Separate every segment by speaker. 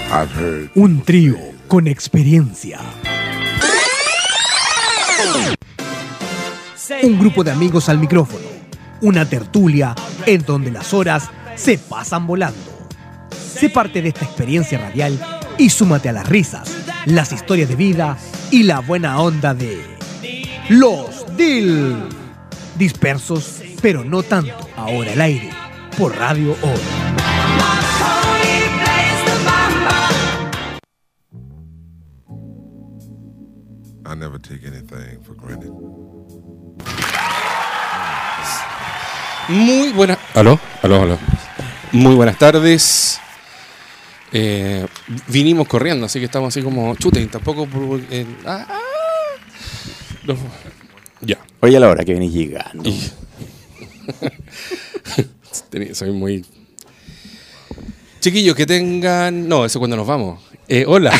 Speaker 1: Un trío con experiencia. Un grupo de amigos al micrófono. Una tertulia en donde las horas se pasan volando. Sé parte de esta experiencia radial y súmate a las risas, las historias de vida y la buena onda de Los Deal. Dispersos, pero no tanto. Ahora al aire, por Radio Hoy.
Speaker 2: I never take anything for granted.
Speaker 3: Muy buenas. Aló. Muy buenas tardes. Vinimos corriendo, así que estamos así como chute y tampoco. No. Ya.
Speaker 4: Oye, a la hora que venís llegando.
Speaker 3: Soy muy. Chiquillos, que tengan. No, eso cuando nos vamos. Hola.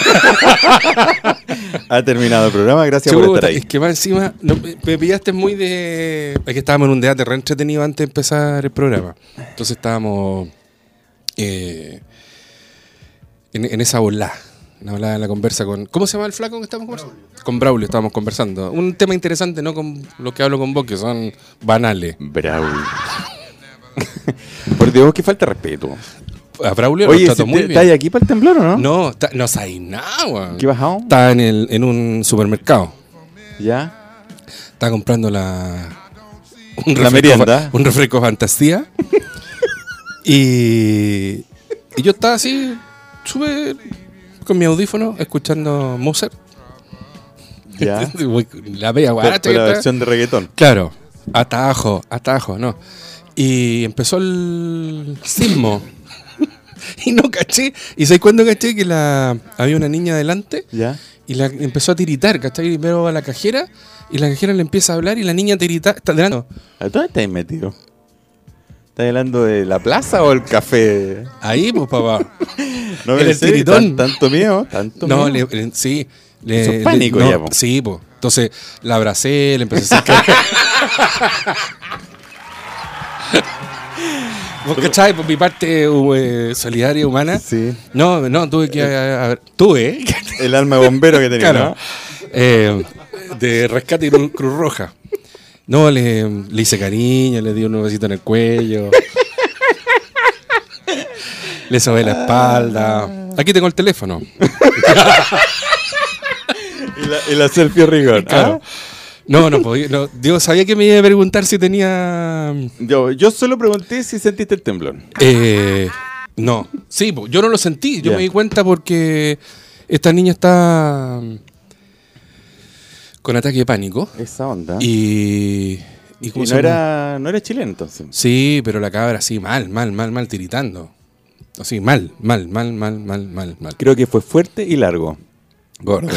Speaker 4: Ha terminado el programa, gracias por estar ahí.
Speaker 3: Es que más encima me pillaste muy de... Es que estábamos en un debate re entretenido antes de empezar el programa. Entonces estábamos en esa volada. Una volada en la conversa con... ¿Cómo se llama el flaco que estábamos conversando? Con Braulio estábamos conversando. Un tema interesante, no con lo que hablo con vos, que son banales.
Speaker 4: Braulio. Por Dios, que falta respeto.
Speaker 3: A Braulio
Speaker 4: oye,
Speaker 3: lo trató muy bien.
Speaker 4: ¿Estás ahí para el temblor o no?
Speaker 3: No, no sabes nada, weón.
Speaker 4: ¿Qué bajado?
Speaker 3: Está en un supermercado.
Speaker 4: ¿Ya?
Speaker 3: Está comprando
Speaker 4: la merienda.
Speaker 3: Un refresco fantasía. y yo estaba así, súper con mi audífono, escuchando Mozart.
Speaker 4: ¿Ya?
Speaker 3: La bella guaracha.
Speaker 4: La versión de reggaetón.
Speaker 3: Claro, atajo, ¿no? Y empezó el sismo. Y no caché. ¿Y sabes cuándo caché? Que había una niña adelante.
Speaker 4: ¿Ya?
Speaker 3: Y empezó a tiritar, ¿cachai? Primero a la cajera. Y la cajera le empieza a hablar y la niña tirita. ¿Está delante?
Speaker 4: ¿A dónde estás metido? ¿Estás hablando de la plaza o el café?
Speaker 3: Ahí, pues, papá.
Speaker 4: No
Speaker 3: el tiritón.
Speaker 4: ¿Tanto miedo?
Speaker 3: No, sí.
Speaker 4: Eso es pánico ya, po.
Speaker 3: Sí, pues. Entonces la abracé, le empecé a hacer ¿Vos cachai? Por mi parte solidaria, humana.
Speaker 4: Sí.
Speaker 3: No, tuve que... Tuve.
Speaker 4: El alma de bombero que tenía,
Speaker 3: claro, ¿no? De rescate y Cruz Roja. No, le hice cariño, le di un besito en el cuello. Le sobé la espalda. Aquí tengo el teléfono.
Speaker 4: y la selfie rigor.
Speaker 3: Claro. No podía. No, Dios sabía que me iba a preguntar si tenía.
Speaker 4: Yo solo pregunté si sentiste el temblor.
Speaker 3: No. Sí, yo no lo sentí. Yo
Speaker 4: Yeah.
Speaker 3: me di cuenta porque esta niña está con ataque de pánico.
Speaker 4: Esa onda.
Speaker 3: Y
Speaker 4: no era chileno entonces.
Speaker 3: Sí, pero la cabra así mal, tiritando. Así, mal.
Speaker 4: Creo que fue fuerte y largo.
Speaker 3: Gordo.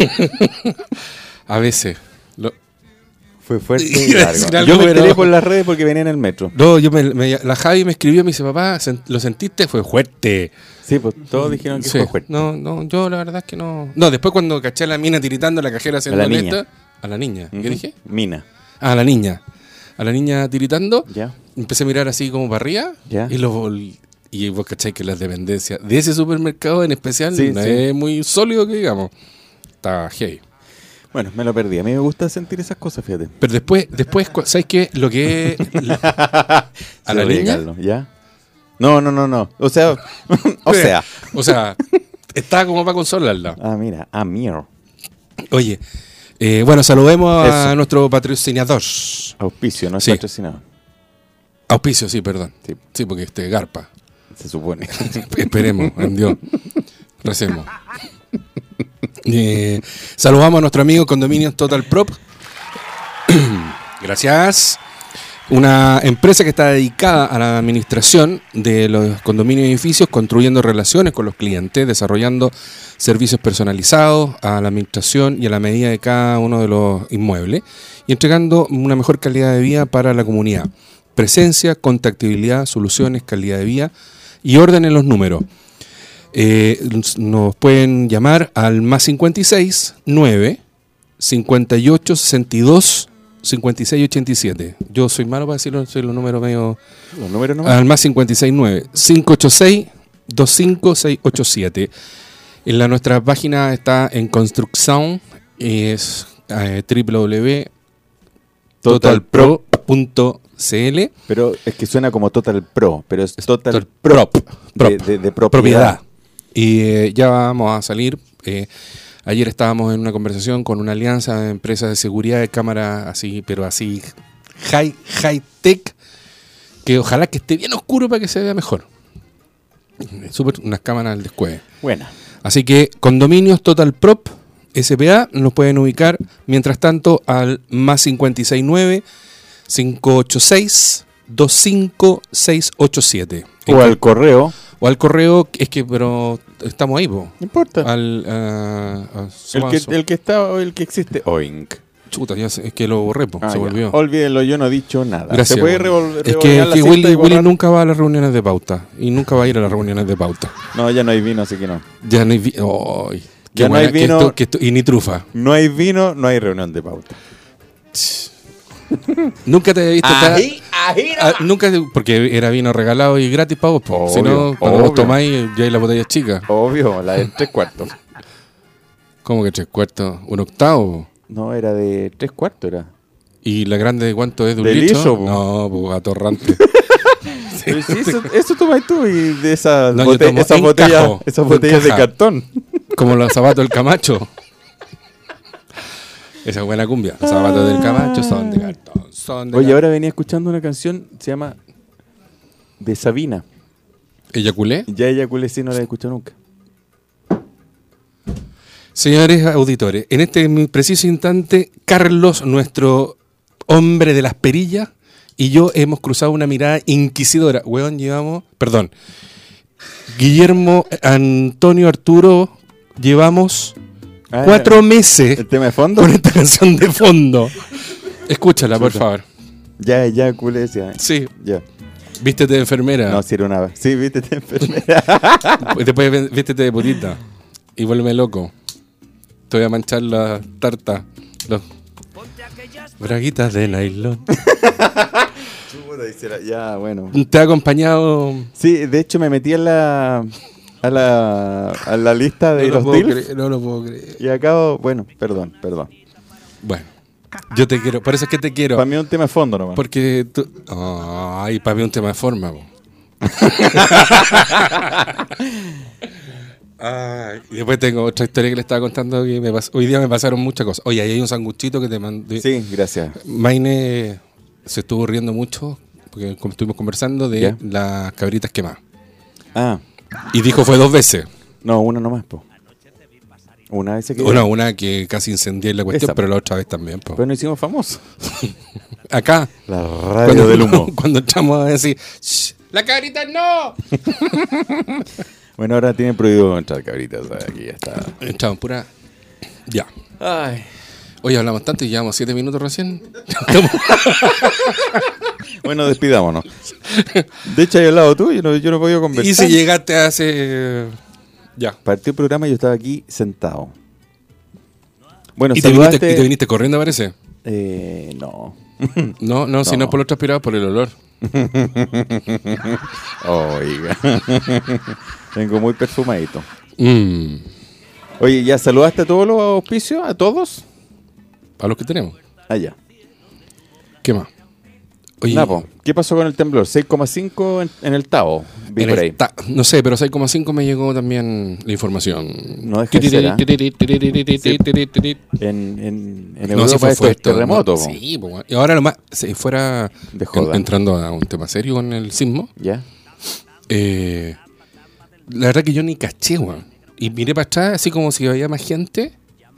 Speaker 3: A veces.
Speaker 4: Fue fuerte y largo. Yo me enteré por las redes porque venía en el metro.
Speaker 3: No, la Javi me escribió y me dice, papá, ¿lo sentiste? Fue fuerte.
Speaker 4: Sí, pues todos dijeron que fue fuerte.
Speaker 3: No, yo la verdad es que no. No, después cuando caché a la mina tiritando, la cajera haciendo esto. A la niña. ¿Qué dije?
Speaker 4: Mina.
Speaker 3: A la niña. A la niña tiritando.
Speaker 4: Ya.
Speaker 3: Empecé a mirar así como para arriba.
Speaker 4: Ya.
Speaker 3: Y vos cacháis que las dependencias de ese supermercado en especial no
Speaker 4: sí.
Speaker 3: es muy sólido, que digamos. Está heavy.
Speaker 4: Bueno, me lo perdí. A mí me gusta sentir esas cosas, fíjate.
Speaker 3: Pero después ¿sabes qué? Lo que es... ¿A la niña?
Speaker 4: ¿Ya? No. O sea...
Speaker 3: está como para consolarla.
Speaker 4: Ah, mira. Miro.
Speaker 3: Oye, bueno, saludemos a nuestro patrocinador.
Speaker 4: Auspicio, no es
Speaker 3: Sí.
Speaker 4: patrocinado.
Speaker 3: Auspicio, sí, perdón.
Speaker 4: Sí.
Speaker 3: Sí, porque garpa.
Speaker 4: Se supone.
Speaker 3: Esperemos, en Dios. Recemos. Saludamos a nuestro amigo Condominios Total Prop. Gracias. Una empresa que está dedicada a la administración de los condominios y edificios, construyendo relaciones con los clientes, desarrollando servicios personalizados a la administración y a la medida de cada uno de los inmuebles y entregando una mejor calidad de vida para la comunidad. Presencia, contactibilidad, soluciones, calidad de vida y orden en los números. Nos pueden llamar al más 56 9 58 62 56 87. Yo soy malo para decirlo, soy los números medio.
Speaker 4: ¿Los números nomás?
Speaker 3: Al más 56 9 586 25687. En nuestra página está en construcción, es www.totalpro.cl.
Speaker 4: Pero es que suena como Total Pro, pero es Total
Speaker 3: Prop.
Speaker 4: de propiedad.
Speaker 3: Y ya vamos a salir. Ayer estábamos en una conversación con una alianza de empresas de seguridad de cámara así, pero así high tech, que ojalá que esté bien oscuro para que se vea mejor. Unas cámaras al descueve.
Speaker 4: Buena.
Speaker 3: Así que condominios Total Prop SPA nos pueden ubicar mientras tanto al más 569 586 25687.
Speaker 4: O al correo.
Speaker 3: O al correo, es que, pero estamos ahí, po.
Speaker 4: No importa. El que existe. Oink.
Speaker 3: Chuta, ya es que lo borré, po. Se volvió.
Speaker 4: Olvídenlo, yo no he dicho nada.
Speaker 3: Gracias.
Speaker 4: Se puede
Speaker 3: es que Willy nunca va a las reuniones de pauta. Y nunca va a ir a las reuniones de pauta.
Speaker 4: No, ya no hay vino, así que no.
Speaker 3: Ya no hay vino. Oh,
Speaker 4: ya no hay vino.
Speaker 3: Y ni trufa.
Speaker 4: No hay vino, no hay reunión de pauta.
Speaker 3: Nunca te había visto nunca, porque era vino regalado y gratis para vos. Si no, cuando vos tomáis, ya hay la botella chica.
Speaker 4: Obvio, la de 3/4.
Speaker 3: ¿Cómo que 3/4? ¿Un octavo?
Speaker 4: No, era de 3/4 era.
Speaker 3: ¿Y la grande de cuánto es? ¿De un
Speaker 4: litro?
Speaker 3: Liso, no, pues atorrante.
Speaker 4: Sí, eso tomas tú y de esas
Speaker 3: no,
Speaker 4: botellas de cartón.
Speaker 3: Como los zapatos del Camacho. Esa buena cumbia. Los zapatos del Camacho son de cartón.
Speaker 4: Oye, ahora venía escuchando una canción, se llama De Sabina.
Speaker 3: ¿Eyaculé?
Speaker 4: Ya Eyaculé, sí, no la he escuchado nunca.
Speaker 3: Señores auditores, en este preciso instante, Carlos, nuestro hombre de las perillas, y yo hemos cruzado una mirada inquisidora. Guillermo, Antonio, Arturo, llevamos 4 meses
Speaker 4: ¿el tema de fondo?
Speaker 3: con esta canción de fondo. Escúchala, por favor.
Speaker 4: Ya, culé, decía.
Speaker 3: Sí.
Speaker 4: Ya.
Speaker 3: Vístete de enfermera.
Speaker 4: No, si era una... Sí, vístete de enfermera.
Speaker 3: Después vístete de putita. Y vuélveme loco. Te voy a manchar la tarta. Los braguitas de nylon.
Speaker 4: Ya, bueno.
Speaker 3: Te ha acompañado...
Speaker 4: Sí, de hecho me metí a la lista de los deals.
Speaker 3: No lo puedo creer.
Speaker 4: Y acabo... Bueno, perdón.
Speaker 3: Bueno. Yo te quiero, por eso es que te quiero.
Speaker 4: Para mí es un tema de fondo nomás.
Speaker 3: Porque tú... Ay, para mí es un tema de forma, po. Y después tengo otra historia que le estaba contando que hoy día me pasaron muchas cosas. Oye, ahí hay un sanguchito que te mandé.
Speaker 4: Sí, gracias.
Speaker 3: Maine se estuvo riendo mucho porque como estuvimos conversando de las cabritas quemadas. Y dijo fue 2 veces.
Speaker 4: No, una nomás, po. Una vez que...
Speaker 3: Una que casi incendié la cuestión, pero la otra vez también, po.
Speaker 4: Pero nos hicimos famosos.
Speaker 3: Acá.
Speaker 4: La radio del humo.
Speaker 3: Cuando entramos a decir, ¡la cabrita no!
Speaker 4: Bueno, ahora tienen prohibido entrar cabritas. Aquí ya está.
Speaker 3: Entramos pura... Ya.
Speaker 4: Ay.
Speaker 3: Hoy hablamos tanto y llevamos 7 minutos recién.
Speaker 4: Bueno, despidámonos. De hecho, ahí al lado tú, yo no he podido conversar.
Speaker 3: Y si llegaste hace... Ya.
Speaker 4: Partió el programa y yo estaba aquí sentado. Bueno,
Speaker 3: ¿Y te viniste corriendo, parece?
Speaker 4: No.
Speaker 3: No, si no es por los transpirados, por el olor.
Speaker 4: Oiga. Vengo muy perfumadito. Oye, ¿ya saludaste a todos los auspicios? ¿A todos?
Speaker 3: A los que tenemos.
Speaker 4: Ya.
Speaker 3: ¿Qué más? Oye,
Speaker 4: Napo, ¿qué pasó con el temblor? 6,5 en el Tao. Vi por ahí.
Speaker 3: No sé, pero 6,5 me llegó también la información.
Speaker 4: No deja de ser, En Europa
Speaker 3: fue
Speaker 4: esto es terremoto.
Speaker 3: Sí, y ahora lo más, si fuera entrando a un tema serio con el sismo,
Speaker 4: ya.
Speaker 3: La verdad que yo ni caché, weón. Y miré para atrás así como si había más gente.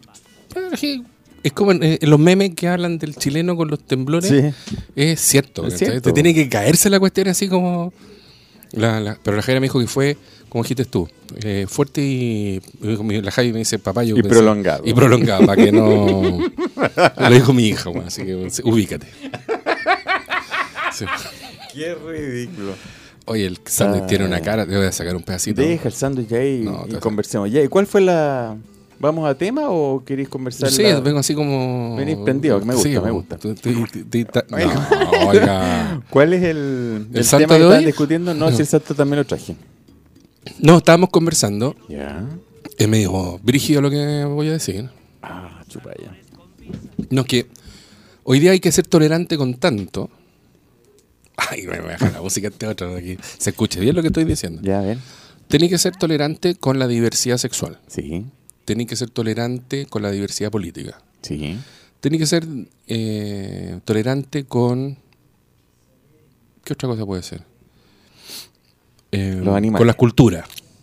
Speaker 3: Es como en los memes que hablan del chileno con los temblores.
Speaker 4: Sí.
Speaker 3: Es cierto. Te tiene que caerse la cuestión así como... pero la Jaira me dijo que fue, como dijiste tú, fuerte y... La Jaira me dice, papá, yo
Speaker 4: y pensé, prolongado.
Speaker 3: Y prolongado, para que no... Lo dijo mi hija, bueno, así que ubícate. Sí.
Speaker 4: Qué ridículo.
Speaker 3: Oye, el sándwich tiene una cara, te voy a sacar un pedacito.
Speaker 4: Deja el sándwich ahí y conversemos. Ya, ¿y cuál fue la...? ¿Vamos a tema o queréis conversar?
Speaker 3: Sí, vengo así como...
Speaker 4: Venís prendido, me gusta,
Speaker 3: sí,
Speaker 4: me gusta.
Speaker 3: No, oiga.
Speaker 4: ¿Cuál es el
Speaker 3: santo
Speaker 4: tema
Speaker 3: de
Speaker 4: que
Speaker 3: hoy?
Speaker 4: están discutiendo? No, si el santo también lo traje.
Speaker 3: No, estábamos conversando.
Speaker 4: Ya.
Speaker 3: Es medio brígido lo que voy a decir.
Speaker 4: Ah, chupa ya.
Speaker 3: No, que hoy día hay que ser tolerante con tanto. Ay, me voy a dejar la música este otro de aquí. Se escuche bien lo que estoy diciendo.
Speaker 4: Ya, a ver.
Speaker 3: Tenés que ser tolerante con la diversidad sexual.
Speaker 4: Sí,
Speaker 3: Tenés que ser tolerante con la diversidad política.
Speaker 4: sí.
Speaker 3: Tenés que ser tolerante con... ¿Qué otra cosa puede ser?
Speaker 4: Los animales.
Speaker 3: Con las culturas.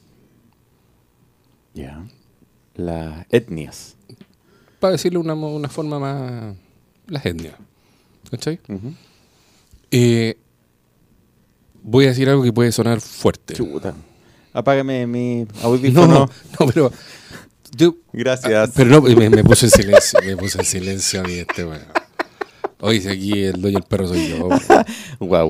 Speaker 4: Ya. Las etnias.
Speaker 3: Para decirlo de una forma más... Las etnias. ¿Cachai?
Speaker 4: Ujú.
Speaker 3: Voy a decir algo que puede sonar fuerte.
Speaker 4: Chuta. Apágame mi audífono.
Speaker 3: No, pero... Yo,
Speaker 4: Gracias.
Speaker 3: pero no, me puse en silencio. Me puse en silencio a mí weón. Hoy si aquí el dueño del perro soy yo.
Speaker 4: Wow.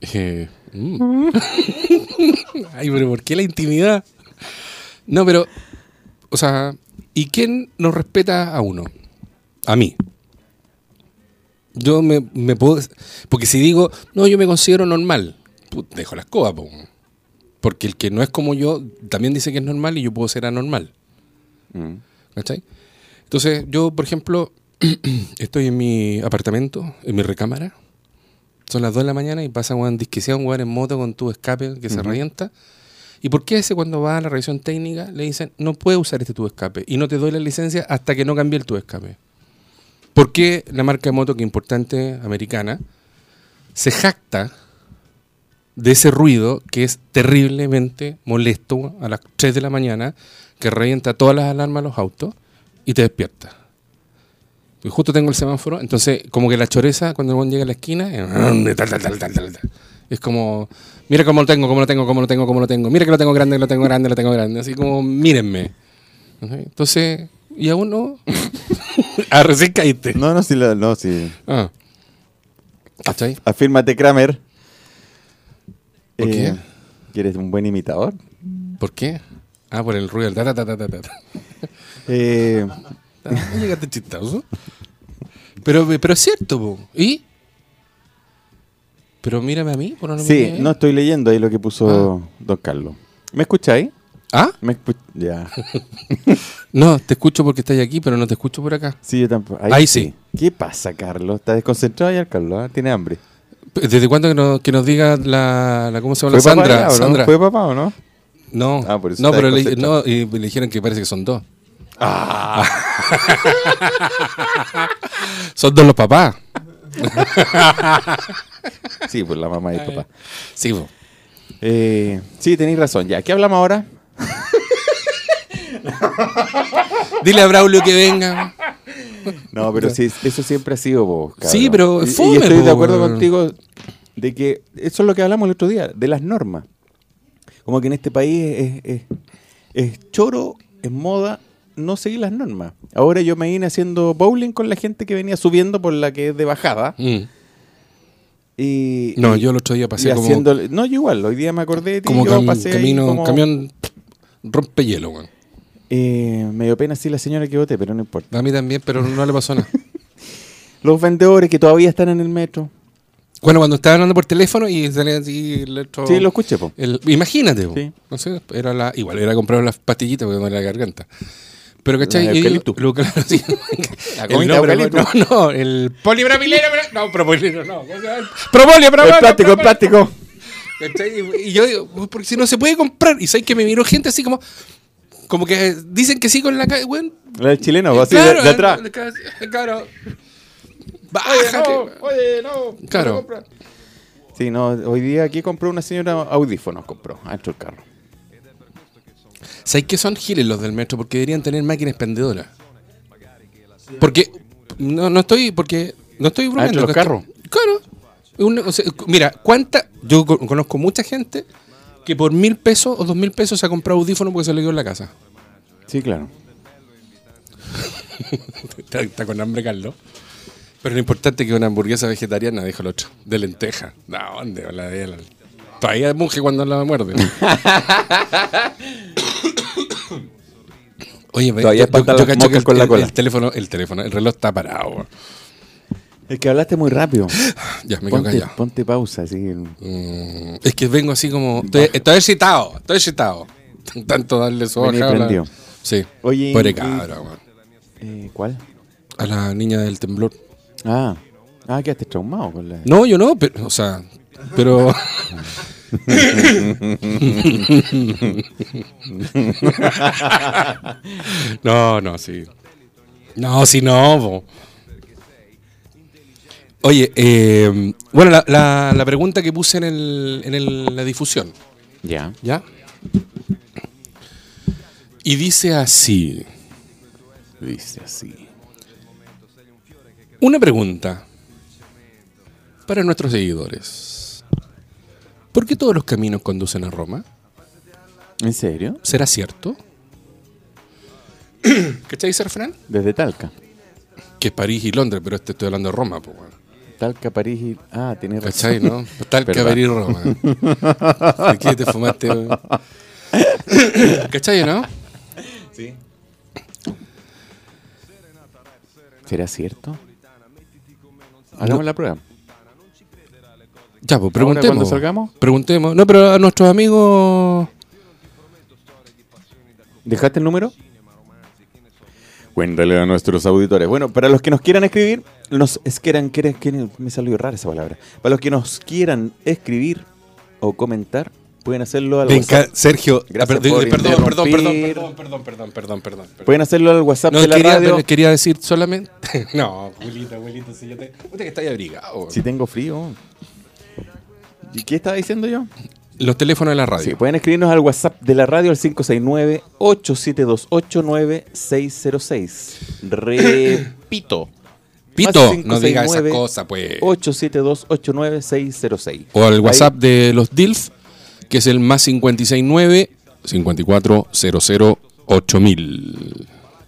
Speaker 3: Ay, pero ¿por qué la intimidad? No, pero, o sea, ¿y quién nos respeta a uno? A mí. Yo me puedo... Porque si digo, no, yo me considero normal, dejo la escoba, po. Porque el que no es como yo también dice que es normal y yo puedo ser anormal. ¿Cachai? Entonces, yo, por ejemplo, estoy en mi apartamento, en mi recámara. Son las 2 de la mañana y pasa un disquiciado, un weón en moto con tu escape que se revienta. ¿Y por qué ese cuando va a la revisión técnica le dicen, no puedes usar este tubo de escape y no te doy la licencia hasta que no cambie el tubo de escape? ¿Por qué la marca de moto, que es importante, americana, se jacta de ese ruido que es terriblemente molesto a las 3 de la mañana, que revienta todas las alarmas de los autos y te despierta? Y justo tengo el semáforo, entonces como que la choreza cuando el buen llega a la esquina es como, mira cómo lo tengo, mira que lo tengo grande, así como mírenme. Entonces, y a uno recién caíste.
Speaker 4: No, sí.
Speaker 3: Ah. ¿Cachai?
Speaker 4: Afírmate, Kramer.
Speaker 3: ¿Por qué?
Speaker 4: ¿Que eres un buen imitador?
Speaker 3: ¿Por qué? Por el ruido del No llegaste chistoso. Pero es cierto, po. ¿Y? Pero mírame a mí, por no
Speaker 4: Sí, no estoy leyendo ahí lo que puso don Carlos. ¿Me escucháis?
Speaker 3: ¿Ah?
Speaker 4: Ya.
Speaker 3: No, te escucho porque estás aquí, pero no te escucho por acá.
Speaker 4: Sí, yo tampoco.
Speaker 3: Ahí sí.
Speaker 4: ¿Qué pasa, Carlos? ¿Estás desconcentrado ya, Carlos? ¿Ah? ¿Tiene hambre?
Speaker 3: ¿Desde cuándo que nos diga la ¿cómo se llama?
Speaker 4: ¿Fue
Speaker 3: Sandra.
Speaker 4: papá ya,
Speaker 3: Sandra.
Speaker 4: ¿Fue papá o no?
Speaker 3: No,
Speaker 4: por eso
Speaker 3: no,
Speaker 4: está
Speaker 3: pero
Speaker 4: desconcentrado.
Speaker 3: y le dijeron que parece que son 2. Son 2 los papás.
Speaker 4: Sí, pues la mamá y el papá.
Speaker 3: Sí, po.
Speaker 4: Sí, tenéis razón. Ya, ¿qué hablamos ahora?
Speaker 3: Dile a Braulio que venga.
Speaker 4: No, pero sí, eso siempre ha sido vos, cabrón.
Speaker 3: Sí, pero
Speaker 4: Y
Speaker 3: fome,
Speaker 4: estoy de
Speaker 3: po,
Speaker 4: acuerdo
Speaker 3: weón.
Speaker 4: contigo de que eso es lo que hablamos el otro día, de las normas. Como que en este país es choro, es moda no seguir las normas. Ahora yo me vine haciendo bowling con la gente que venía subiendo por la que es de bajada. Y,
Speaker 3: No,
Speaker 4: y-
Speaker 3: yo el otro día
Speaker 4: y
Speaker 3: pasé como
Speaker 4: haciéndole- No, yo igual, hoy día me acordé de ti. Yo pasé ahí como-
Speaker 3: camión rompehielo, weón.
Speaker 4: me dio pena sí la señora que voté, pero no importa.
Speaker 3: A mí también, pero no le pasó nada.
Speaker 4: Los vendedores que todavía están en el metro.
Speaker 3: Bueno, cuando estaba hablando por teléfono y salía así el otro...
Speaker 4: Sí, lo escuché, po.
Speaker 3: Imagínate, po.
Speaker 4: Sí.
Speaker 3: No sé, igual era comprar las pastillitas porque me duele la garganta. Pero, ¿cachai?
Speaker 4: La de
Speaker 3: Y yo-
Speaker 4: eucalipto.
Speaker 3: claro, sí.
Speaker 4: La gomita de eucalipto.
Speaker 3: No, el polipropileno, no, propileno, no. ¿Cómo se llama? Propolio,
Speaker 4: El plástico.
Speaker 3: ¿Cachai? Y yo digo, porque si no se puede comprar. Y sabes que me miró gente así como que dicen que sí con la calle, weón.
Speaker 4: La del chileno, así
Speaker 3: Claro,
Speaker 4: de atrás.
Speaker 3: Claro. Bájate.
Speaker 4: Oye, no.
Speaker 3: Claro.
Speaker 4: Sí, no, hoy día aquí compró una señora audífonos, compró, adentro del carro.
Speaker 3: ¿Sabes qué son giles los del metro? Porque deberían tener máquinas expendedoras. Porque no estoy bromeando.
Speaker 4: los
Speaker 3: ¿cachai?
Speaker 4: carros.
Speaker 3: Claro. O sea, mira, yo conozco mucha gente que por 1.000 pesos o 2.000 pesos se ha comprado audífono porque se le quedó en la casa.
Speaker 4: Sí, claro.
Speaker 3: Está con hambre, Carlos. Pero lo importante es que una hamburguesa vegetariana, dijo el otro, de lenteja. No, ¿dónde? Todavía muge cuando la muerde. Oye,
Speaker 4: Todavía espantan las
Speaker 3: cacho que
Speaker 4: moscas con la cola.
Speaker 3: el reloj está parado. Weón.
Speaker 4: Es que hablaste muy rápido.
Speaker 3: Ya, me quedo callado.
Speaker 4: Ponte pausa, así.
Speaker 3: Es que vengo así como... Estoy excitado. Tanto darle su
Speaker 4: Venía
Speaker 3: hoja.
Speaker 4: prendido.
Speaker 3: Sí.
Speaker 4: Oye,
Speaker 3: Pobre
Speaker 4: y-
Speaker 3: cabra, weón.
Speaker 4: ¿Cuál?
Speaker 3: A la niña del temblor.
Speaker 4: Quedaste traumado con la...
Speaker 3: No, yo no, pero, o sea, pero... No, sí. No, sí, no. Po. Oye, bueno, la pregunta que puse en la difusión,
Speaker 4: Ya.
Speaker 3: ¿ya? Y dice así.
Speaker 4: Dice así.
Speaker 3: Una pregunta para nuestros seguidores. ¿Por qué todos los caminos conducen a Roma?
Speaker 4: ¿En serio?
Speaker 3: ¿Será cierto? ¿Cachai, Sir Fran?
Speaker 4: Desde Talca.
Speaker 3: Que es París y Londres, pero estoy hablando de Roma, pues, bueno.
Speaker 4: Talca, París y... Tienes razón.
Speaker 3: ¿Cachai, no? Talca,
Speaker 4: Verdad.
Speaker 3: París, Roma. ¿De qué te fumaste? Weón? ¿Cachai, no?
Speaker 4: Sí. ¿Será cierto? Hagamos
Speaker 3: No.
Speaker 4: la prueba.
Speaker 3: Ya, pues
Speaker 4: ¿Ahora
Speaker 3: preguntemos.
Speaker 4: cuando salgamos?
Speaker 3: Preguntemos. No, pero a nuestros amigos...
Speaker 4: ¿Dejaste el número? Cuéntale a nuestros auditores. Bueno, para los que nos quieran escribir, me salió rara esa palabra. Para los que nos quieran escribir o comentar, pueden hacerlo al
Speaker 3: Venga,
Speaker 4: WhatsApp.
Speaker 3: Sergio.
Speaker 4: Gracias
Speaker 3: Perdón,
Speaker 4: por
Speaker 3: perdón.
Speaker 4: Pueden hacerlo al WhatsApp
Speaker 3: No,
Speaker 4: de la radio.
Speaker 3: quería decir solamente... No, abuelita, si yo te... Usted que está ahí abrigado.
Speaker 4: Si tengo frío. ¿Y qué estaba diciendo yo?
Speaker 3: Los teléfonos de la radio.
Speaker 4: Sí, pueden escribirnos al WhatsApp de la radio al 569-8728-9606. Repito.
Speaker 3: Pito,
Speaker 4: más
Speaker 3: no diga esa
Speaker 4: 569
Speaker 3: cosa, pues.
Speaker 4: 872-89606.
Speaker 3: O al WhatsApp de los DILF, que es el más 569-5400-8000.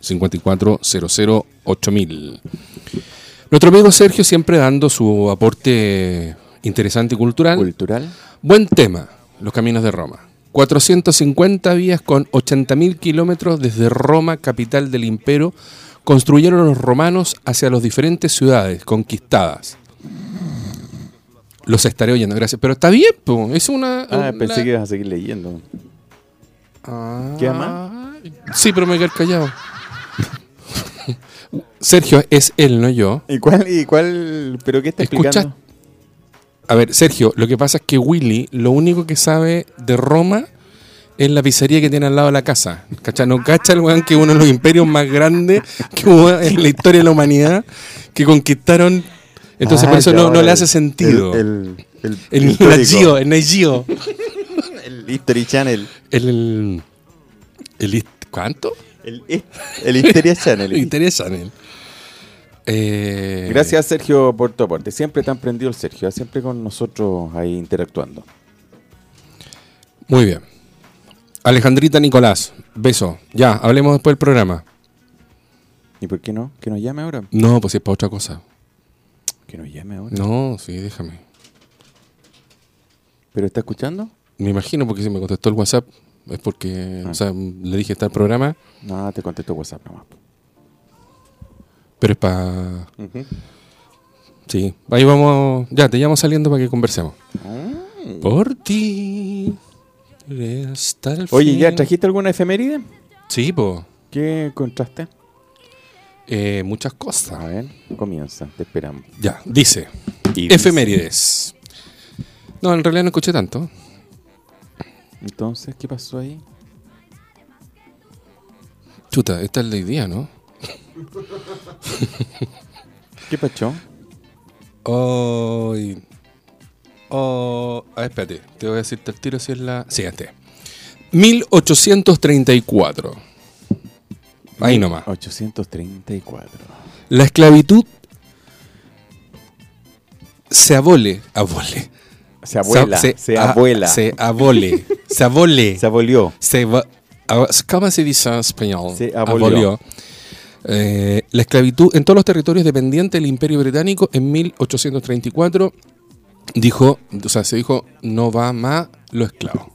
Speaker 3: 5400-8000. Nuestro amigo Sergio siempre dando su aporte interesante y cultural.
Speaker 4: Cultural.
Speaker 3: Buen tema, los caminos de Roma. 450 vías con 80.000 kilómetros desde Roma, capital del imperio, construyeron los romanos hacia las diferentes ciudades conquistadas. Los estaré oyendo, gracias. Pero está bien, po. Es una...
Speaker 4: Pensé que ibas a seguir leyendo. ¿Queda más?
Speaker 3: Sí, pero me quedé callado. Sergio es él, no yo.
Speaker 4: ¿Y cuál? ¿Pero qué está
Speaker 3: ¿Escuchas?
Speaker 4: explicando?
Speaker 3: A ver, Sergio, lo que pasa es que Willy, lo único que sabe de Roma es la pizzería que tiene al lado de la casa. ¿Cachai? No cacha el weón que uno de los imperios más grandes que hubo en la historia de la humanidad, que conquistaron. Entonces, por eso no le hace sentido.
Speaker 4: El
Speaker 3: Nat Geo.
Speaker 4: El History Channel.
Speaker 3: ¿Cuánto?
Speaker 4: El History Channel.
Speaker 3: El History Channel.
Speaker 4: Gracias, Sergio, por tu aporte. Siempre tan prendido el Sergio, siempre con nosotros ahí interactuando.
Speaker 3: Muy bien. Alejandrita Nicolás, beso. Ya, hablemos después del programa.
Speaker 4: ¿Y por qué no? ¿Que nos llame ahora?
Speaker 3: No, pues es para otra cosa.
Speaker 4: ¿Que nos llame ahora?
Speaker 3: No, sí, déjame.
Speaker 4: ¿Pero está escuchando?
Speaker 3: Me imagino porque si me contestó el WhatsApp es porque, o sea, le dije está el programa,
Speaker 4: No, te contesto WhatsApp nomás.
Speaker 3: pero es para... Sí, ahí vamos, ya, te llamo saliendo para que conversemos. Por ti. Hasta el
Speaker 4: Oye,
Speaker 3: fin.
Speaker 4: ¿ya trajiste alguna efeméride?
Speaker 3: Sí, pues.
Speaker 4: ¿Qué encontraste?
Speaker 3: Muchas cosas.
Speaker 4: A ver, comienza, te esperamos.
Speaker 3: Ya, dice.
Speaker 4: Y dice.
Speaker 3: Efemérides. No, en realidad no escuché tanto.
Speaker 4: Entonces, ¿qué pasó ahí?
Speaker 3: Chuta, esta es la idea, ¿no?
Speaker 4: ¿Qué pasó?
Speaker 3: A ver, espérate, te voy a decirte el tiro si es la... Siguiente. 1834. Ahí nomás.
Speaker 4: 834.
Speaker 3: La esclavitud se abole.
Speaker 4: Se abuela. Se abuela.
Speaker 3: Se abole. Se abole.
Speaker 4: Se abolió.
Speaker 3: ¿Cómo se dice en español?
Speaker 4: Se abolió.
Speaker 3: La esclavitud en todos los territorios dependientes del Imperio Británico en 1834 se dijo no va más los esclavos.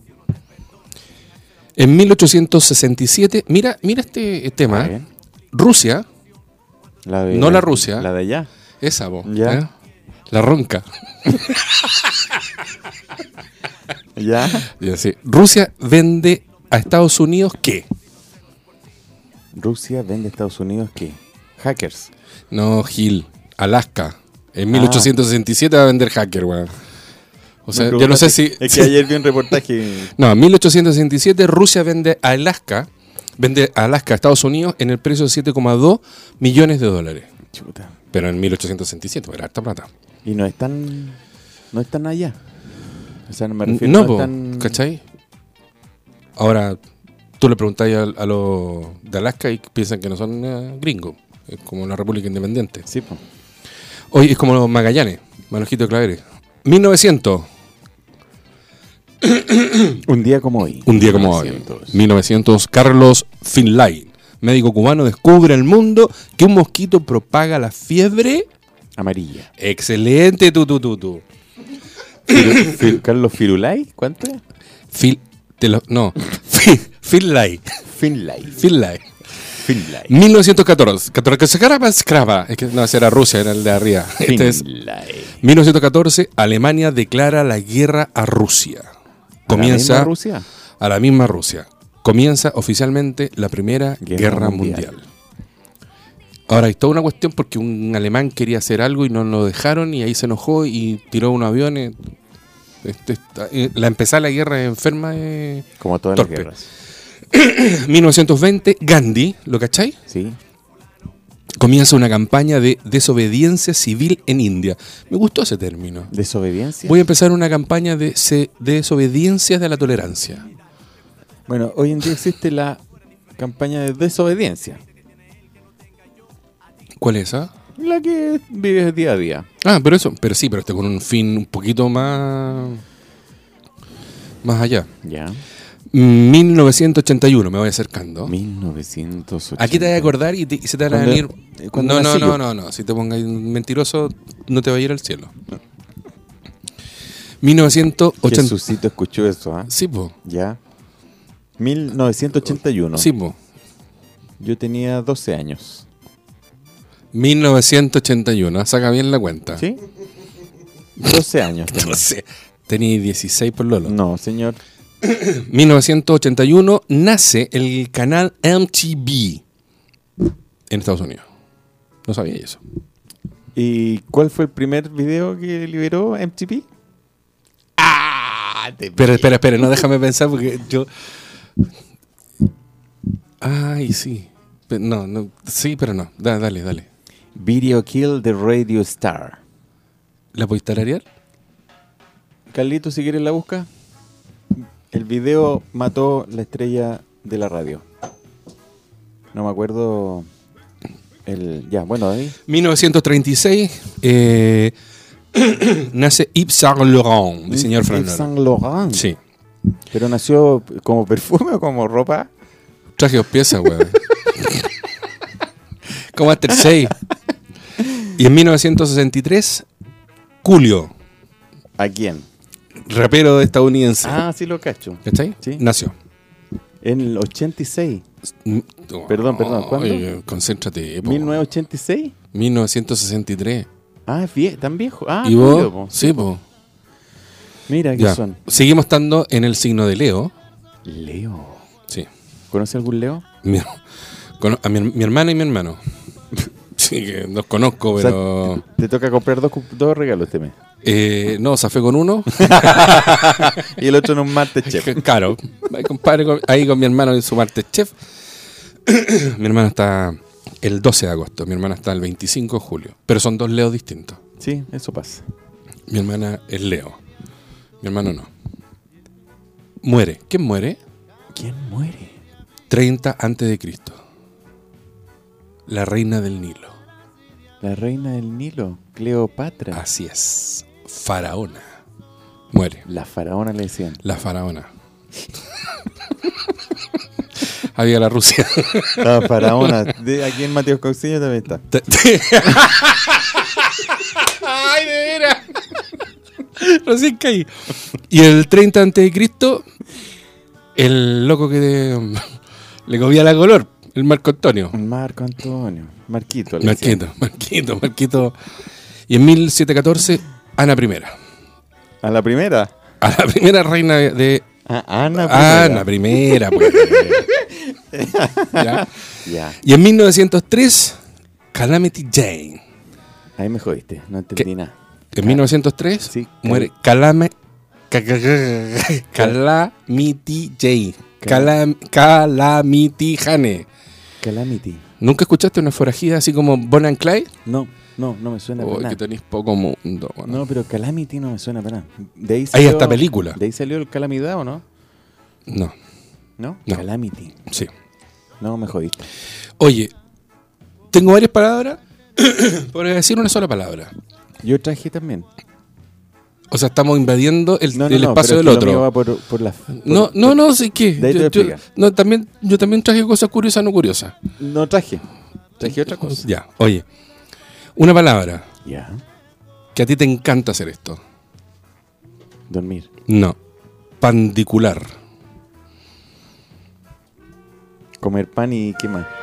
Speaker 3: En 1867, mira este tema.
Speaker 4: Bien.
Speaker 3: Rusia, no la Rusia.
Speaker 4: La de allá.
Speaker 3: esa vos,
Speaker 4: Ya.
Speaker 3: la ronca.
Speaker 4: Ya.
Speaker 3: Ya, sí. Rusia vende a Estados Unidos ¿qué?
Speaker 4: Rusia vende a Estados Unidos ¿qué? Hackers.
Speaker 3: No, Gil, Alaska. En 1867 va a vender hacker, weón. O sea, yo no sé si...
Speaker 4: Es que ayer vi un reportaje...
Speaker 3: No, en 1867 Rusia vende a Alaska a Estados Unidos en el precio de 7,2 millones de dólares.
Speaker 4: Chuta.
Speaker 3: Pero en 1867, era harta plata.
Speaker 4: Y no están allá. O sea, no me refiero
Speaker 3: No,
Speaker 4: no
Speaker 3: po,
Speaker 4: están...
Speaker 3: ¿cachai? Ahora, tú le preguntás a los de Alaska y piensan que no son gringos. Es como la República Independiente.
Speaker 4: Sí, pues.
Speaker 3: Hoy es como los Magallanes, Manojito de Claveres. 1900.
Speaker 4: Un día como hoy.
Speaker 3: 1900. Carlos Finlay, médico cubano, descubre al mundo que un mosquito propaga la fiebre
Speaker 4: amarilla.
Speaker 3: Excelente, tú.
Speaker 4: Carlos Firulay, ¿cuánto es?
Speaker 3: Finlay.
Speaker 4: Finlay.
Speaker 3: 1914. Es que no, esa era Rusia, era el de arriba. Este es 1914. Alemania declara la guerra a Rusia. Comienza a la misma Rusia. Comienza oficialmente la Primera Guerra Mundial. Ahora hay toda una cuestión porque un alemán quería hacer algo y no lo dejaron y ahí se enojó y tiró unos aviones. La empezada la guerra enferma es
Speaker 4: como todas
Speaker 3: torpe.
Speaker 4: las guerras.
Speaker 3: 1920, Gandhi, ¿lo cachai?
Speaker 4: Sí.
Speaker 3: Comienza una campaña de desobediencia civil en India. Me gustó ese término.
Speaker 4: ¿Desobediencia?
Speaker 3: Voy a empezar una campaña de desobediencia de la tolerancia.
Speaker 4: Bueno, hoy en día existe la campaña de desobediencia.
Speaker 3: ¿Cuál es esa?
Speaker 4: La que vives día a día.
Speaker 3: Pero este con un fin un poquito más allá.
Speaker 4: Ya.
Speaker 3: 1981, me voy acercando.
Speaker 4: 1980.
Speaker 3: Aquí te vas a acordar y se te van a venir. No. Si te pongas mentiroso, no te va a ir al cielo. 1980.
Speaker 4: Jesucito escuchó eso, ¿ah?
Speaker 3: Sí, po.
Speaker 4: Ya. 1981.
Speaker 3: Sí, po.
Speaker 4: Yo tenía 12 años.
Speaker 3: 1981, saca bien la cuenta.
Speaker 4: ¿Sí? 12 años.
Speaker 3: No sé. Tenía 16 por Lolo.
Speaker 4: No, señor.
Speaker 3: 1981 nace el canal MTV en Estados Unidos. No sabía eso.
Speaker 4: ¿Y cuál fue el primer video que liberó MTV?
Speaker 3: Espera, no, déjame pensar porque yo... Ay, sí. No, sí, pero no. Dale.
Speaker 4: Video Kill the Radio Star.
Speaker 3: ¿La podéis tararear?
Speaker 4: Carlito, si quieres la busca. El video mató la estrella de la radio. No me acuerdo Ya, bueno, ahí.
Speaker 3: 1936 nace Yves Saint Laurent, diseñador francés.
Speaker 4: Yves Saint Laurent.
Speaker 3: Sí.
Speaker 4: ¿Pero nació como perfume o como ropa?
Speaker 3: Traje dos piezas, weón. Como After 6. Y en 1963, Coolio.
Speaker 4: ¿A quién?
Speaker 3: Rapero estadounidense.
Speaker 4: Ah, sí lo cacho.
Speaker 3: ¿Cachai?
Speaker 4: Sí.
Speaker 3: Nació.
Speaker 4: En el 86. Perdón, ¿cuándo?
Speaker 3: Oye, concéntrate.
Speaker 4: 1986.
Speaker 3: 1963.
Speaker 4: Ah, es tan viejo. Ah,
Speaker 3: ¿y vos?
Speaker 4: Julio, po.
Speaker 3: Sí, po.
Speaker 4: Mira, ¿qué
Speaker 3: Ya.
Speaker 4: son?
Speaker 3: Seguimos estando en el signo de Leo.
Speaker 4: Leo.
Speaker 3: Sí.
Speaker 4: ¿Conoce algún Leo?
Speaker 3: Mi hermana y mi hermano. Sí, que los conozco,
Speaker 4: O sea,
Speaker 3: pero...
Speaker 4: te toca comprar dos regalos este mes.
Speaker 3: No, zafé con uno.
Speaker 4: Y el otro en un MasterChef.
Speaker 3: Claro. Ahí, compadre, ahí con mi hermano en su MasterChef. Mi hermano está el 12 de agosto. Mi hermana está el 25 de julio. Pero son dos Leos distintos.
Speaker 4: Sí, eso pasa.
Speaker 3: Mi hermana es Leo. Mi hermano no. Muere. ¿Quién muere?
Speaker 4: ¿Quién muere?
Speaker 3: 30 antes de Cristo. La reina del Nilo.
Speaker 4: La reina del Nilo, Cleopatra.
Speaker 3: Así es. Faraona. Muere.
Speaker 4: La faraona le decían.
Speaker 3: La faraona. Había la Rusia.
Speaker 4: La faraona. Aquí en Mateo Cauciño también está.
Speaker 3: ¡Ay, de veras! Recién caí. Y el 30 antes de Cristo, el loco que le comía la color, el Marco Antonio.
Speaker 4: Marco Antonio. Marquito. le decían.
Speaker 3: Marquito. Y en 1714, Ana I.
Speaker 4: ¿A la primera?
Speaker 3: A la primera reina de
Speaker 4: Ana primera.
Speaker 3: Ana primera, pues. ¿Ya?
Speaker 4: Ya.
Speaker 3: Y en 1903, Calamity Jane.
Speaker 4: Ahí me jodiste, no entendí nada.
Speaker 3: En 1903
Speaker 4: Sí,
Speaker 3: muere Calamity Jane. Calamity Jane.
Speaker 4: Calamity.
Speaker 3: ¿Nunca escuchaste una forajida así como Bonnie and Clyde?
Speaker 4: No me suena para
Speaker 3: Uy,
Speaker 4: nada.
Speaker 3: que tenéis poco mundo. Bueno.
Speaker 4: No, pero Calamity no me suena para nada. De ahí
Speaker 3: Hay
Speaker 4: salió,
Speaker 3: hasta película.
Speaker 4: ¿De ahí salió el Calamidad o no?
Speaker 3: No,
Speaker 4: ¿No?
Speaker 3: No.
Speaker 4: Calamity.
Speaker 3: sí.
Speaker 4: No, me jodiste.
Speaker 3: Oye, tengo varias palabras. Podría decir una sola palabra.
Speaker 4: Yo traje también.
Speaker 3: O sea, estamos invadiendo el espacio
Speaker 4: pero
Speaker 3: del
Speaker 4: es que
Speaker 3: otro.
Speaker 4: lo mío va por la...
Speaker 3: No, sí que.
Speaker 4: De ahí te explica.
Speaker 3: Yo también traje cosas curiosas, no curiosas.
Speaker 4: No traje. Traje otra cosa.
Speaker 3: Ya, oye. Una palabra
Speaker 4: Ya.
Speaker 3: que a ti te encanta hacer esto.
Speaker 4: Dormir.
Speaker 3: No. Pandicular.
Speaker 4: Comer pan y qué más.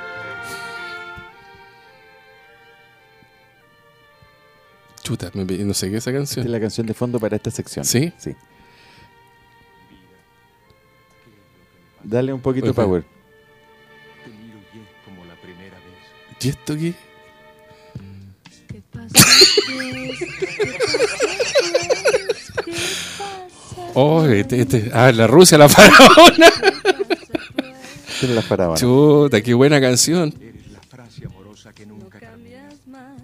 Speaker 3: Chuta, no sé qué es esa
Speaker 4: Esta
Speaker 3: canción.
Speaker 4: es la canción de fondo para esta sección.
Speaker 3: ¿Sí?
Speaker 4: Sí. Dale un poquito
Speaker 3: Oye,
Speaker 4: power.
Speaker 3: ¿Y esto qué?
Speaker 5: ¿Qué pasa?
Speaker 3: Oh, la Rusia, la faraona.
Speaker 4: Esta es la faraona.
Speaker 3: Chuta, qué buena canción.
Speaker 5: No cambias más.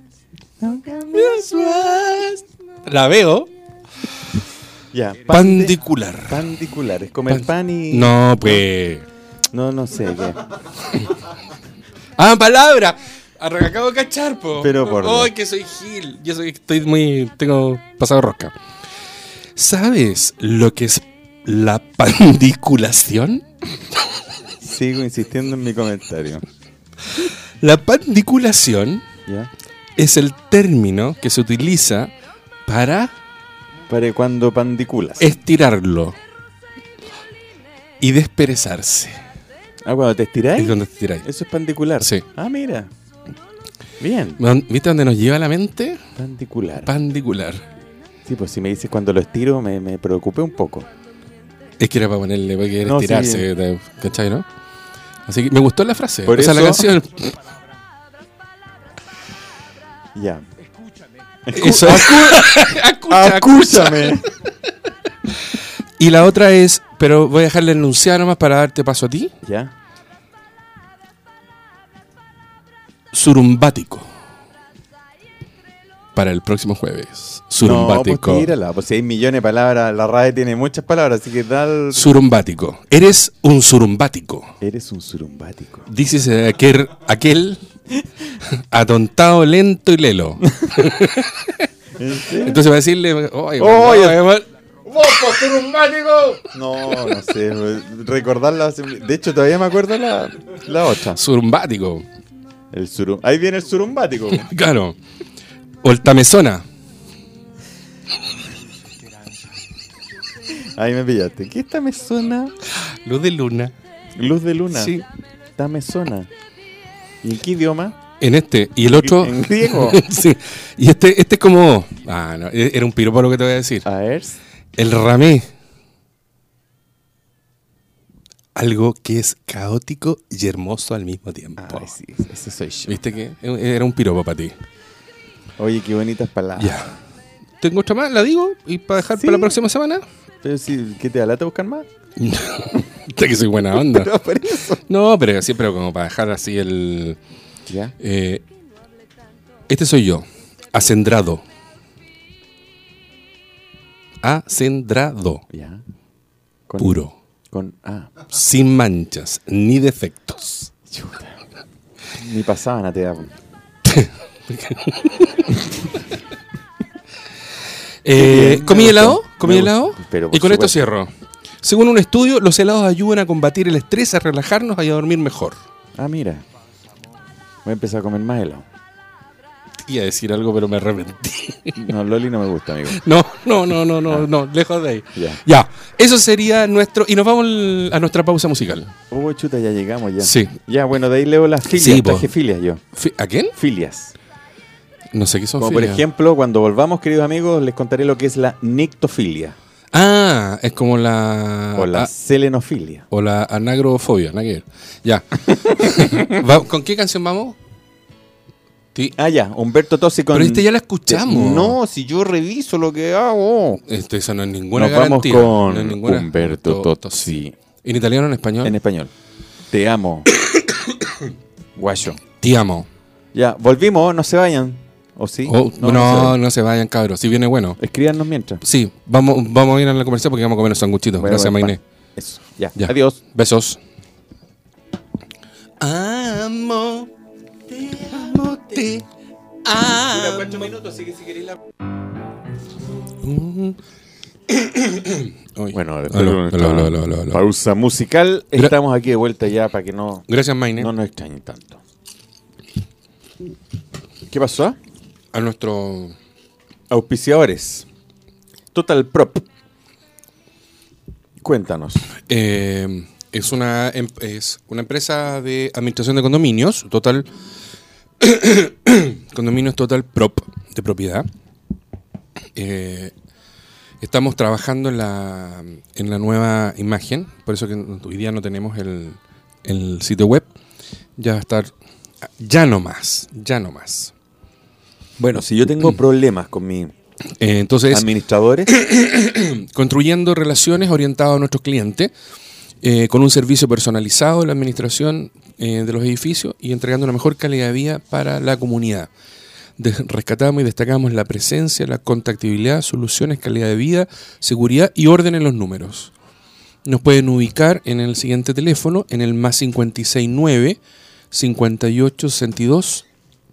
Speaker 3: La veo.
Speaker 4: Ya.
Speaker 3: Pandicular.
Speaker 4: Pandicular. Es comer pan y...
Speaker 3: No, pues.
Speaker 4: No sé qué.
Speaker 3: Ah, palabra. Acabo de cachar, po.
Speaker 4: Pero por Dios.
Speaker 3: Ay, que soy Gil. Tengo pasado rosca. ¿Sabes lo que es la pandiculación?
Speaker 4: Sigo insistiendo en mi comentario.
Speaker 3: La pandiculación
Speaker 4: ¿Ya?
Speaker 3: es el término que se utiliza para
Speaker 4: Para cuando pandiculas.
Speaker 3: estirarlo y desperezarse.
Speaker 4: Ah, cuando te estiráis.
Speaker 3: Es cuando te tiráis.
Speaker 4: Eso es pandicular.
Speaker 3: Sí.
Speaker 4: Ah, mira. Bien.
Speaker 3: ¿Viste dónde nos lleva la mente?
Speaker 4: Pandicular.
Speaker 3: Pandicular.
Speaker 4: Sí, pues si me dices cuando lo estiro me preocupé un poco.
Speaker 3: Es que era para ponerle, para querer
Speaker 4: No, sí,
Speaker 3: estirarse, ¿cachai, no? Así que me gustó la frase.
Speaker 4: Por
Speaker 3: O sea, la
Speaker 4: eso-
Speaker 3: canción.
Speaker 4: Ya.
Speaker 3: Eso.
Speaker 4: Acúchame.
Speaker 3: Y la otra es, pero voy a dejarle enunciar nomás para darte paso a ti.
Speaker 4: Ya.
Speaker 3: Surumbático. Para el próximo jueves. Surumbático.
Speaker 4: No, pues tírala. Pues si hay millones de palabras, la RAE tiene muchas palabras, así que dal...
Speaker 3: Surumbático. Eres un surumbático.
Speaker 4: Eres un surumbático.
Speaker 3: Dices aquel atontado, lento y lelo. Entonces va a decirle, oye,
Speaker 4: Oye. No sé. Recordarla. De hecho, todavía me acuerdo la otra.
Speaker 3: surumbático.
Speaker 4: Ahí viene el surumbático.
Speaker 3: Claro. O el tamezona.
Speaker 4: Ahí me pillaste. ¿Qué esta me suena?
Speaker 3: Luz de luna.
Speaker 4: Luz de luna.
Speaker 3: Sí.
Speaker 4: Esta me suena. ¿Y en qué idioma?
Speaker 3: En este. Y el otro.
Speaker 4: En griego.
Speaker 3: Sí. Y este es como. Ah, no. Era un piropo lo que te voy a decir.
Speaker 4: A ver.
Speaker 3: El ramé. Algo que es caótico y hermoso al mismo tiempo.
Speaker 4: Ay, sí, ese soy yo.
Speaker 3: ¿Viste que? Era un piropo para ti.
Speaker 4: Oye, qué bonitas palabras.
Speaker 3: Ya. ¿Tengo otra más? ¿La digo? ¿Y para dejar
Speaker 4: Sí.
Speaker 3: para la próxima semana?
Speaker 4: Pero sí, ¿qué te da lata buscar más?
Speaker 3: Sé que soy buena onda.
Speaker 4: Pero por eso.
Speaker 3: No, pero siempre como para dejar así el...
Speaker 4: Ya.
Speaker 3: Este soy yo. Acendrado. Acendrado.
Speaker 4: Ya.
Speaker 3: Puro. Sin manchas ni defectos.
Speaker 4: Chuta. Ni pasaban te da. Bien,
Speaker 3: ¿Comí
Speaker 4: me
Speaker 3: helado?
Speaker 4: gustó.
Speaker 3: ¿Comí
Speaker 4: Me
Speaker 3: helado?
Speaker 4: gustó, pero por
Speaker 3: Y con esto
Speaker 4: supuesto.
Speaker 3: cierro. Según un estudio, los helados ayudan a combatir el estrés, a relajarnos y a dormir mejor.
Speaker 4: Ah, mira. Voy a empezar a comer más helado.
Speaker 3: Iba a decir algo, pero me arrepentí.
Speaker 4: No, Loli no me gusta, amigo.
Speaker 3: No, lejos de ahí.
Speaker 4: Ya.
Speaker 3: Ya, eso sería nuestro... Y nos vamos a nuestra pausa musical.
Speaker 4: Oh, chuta, ya llegamos ya.
Speaker 3: Sí.
Speaker 4: Ya, bueno, de ahí leo las filias.
Speaker 3: Sí, po.
Speaker 4: Traje filias yo.
Speaker 3: ¿A quién?
Speaker 4: Filias.
Speaker 3: No sé qué son
Speaker 4: Como por
Speaker 3: filias.
Speaker 4: ejemplo, cuando volvamos, queridos amigos, les contaré lo que es la nictofilia.
Speaker 3: Ah, es como la...
Speaker 4: O la selenofilia.
Speaker 3: o la anagrofobia, nada que ver. Ya. ¿Con qué canción vamos? Sí.
Speaker 4: Ah, ya, Humberto Tozzi con...
Speaker 3: Pero ya la escuchamos.
Speaker 4: No, si yo reviso lo que hago.
Speaker 3: Eso no es ninguna
Speaker 4: Nos vamos
Speaker 3: garantía.
Speaker 4: con
Speaker 3: no es ninguna...
Speaker 4: Humberto Tozzi.
Speaker 3: ¿En italiano o en español?
Speaker 4: En español. Te amo. Guayo.
Speaker 3: Te amo.
Speaker 4: Ya, volvimos, no se vayan. ¿O sí?
Speaker 3: Oh,
Speaker 4: se
Speaker 3: no,
Speaker 4: vayan.
Speaker 3: no se vayan, cabros. Si viene bueno.
Speaker 4: Escríbanos mientras.
Speaker 3: Sí, vamos a ir a la comercial porque vamos a comer los sanguchitos.
Speaker 4: Bueno,
Speaker 3: Gracias,
Speaker 4: bueno,
Speaker 3: Mainé.
Speaker 4: Eso, ya.
Speaker 3: Ya.
Speaker 4: Adiós.
Speaker 3: Besos. Amo, te amo, te amo.
Speaker 4: 4 minutos, así que si queréis la...
Speaker 3: Uy.
Speaker 4: Bueno, después
Speaker 3: Aló,
Speaker 4: de nuestra
Speaker 3: aló.
Speaker 4: pausa musical, estamos aquí de vuelta ya para que no
Speaker 3: Gracias, Mainé.
Speaker 4: nos extrañen tanto. ¿Qué pasó?
Speaker 3: A nuestro...
Speaker 4: Auspiciadores. Total Prop. Cuéntanos.
Speaker 3: Es una empresa de administración de condominios, Total Condominios Total Prop, de propiedad. Estamos trabajando en la nueva imagen, por eso que hoy día no tenemos el sitio web. Ya va a estar, ya no más.
Speaker 4: Bueno, si yo tengo problemas con mis
Speaker 3: Entonces,
Speaker 4: administradores,
Speaker 3: construyendo relaciones orientadas a nuestros clientes, con un servicio personalizado en la administración de los edificios y entregando una mejor calidad de vida para la comunidad. Rescatamos y destacamos la presencia, la contactibilidad, soluciones, calidad de vida, seguridad y orden en los números. Nos pueden ubicar en el siguiente teléfono, en el más 569 5862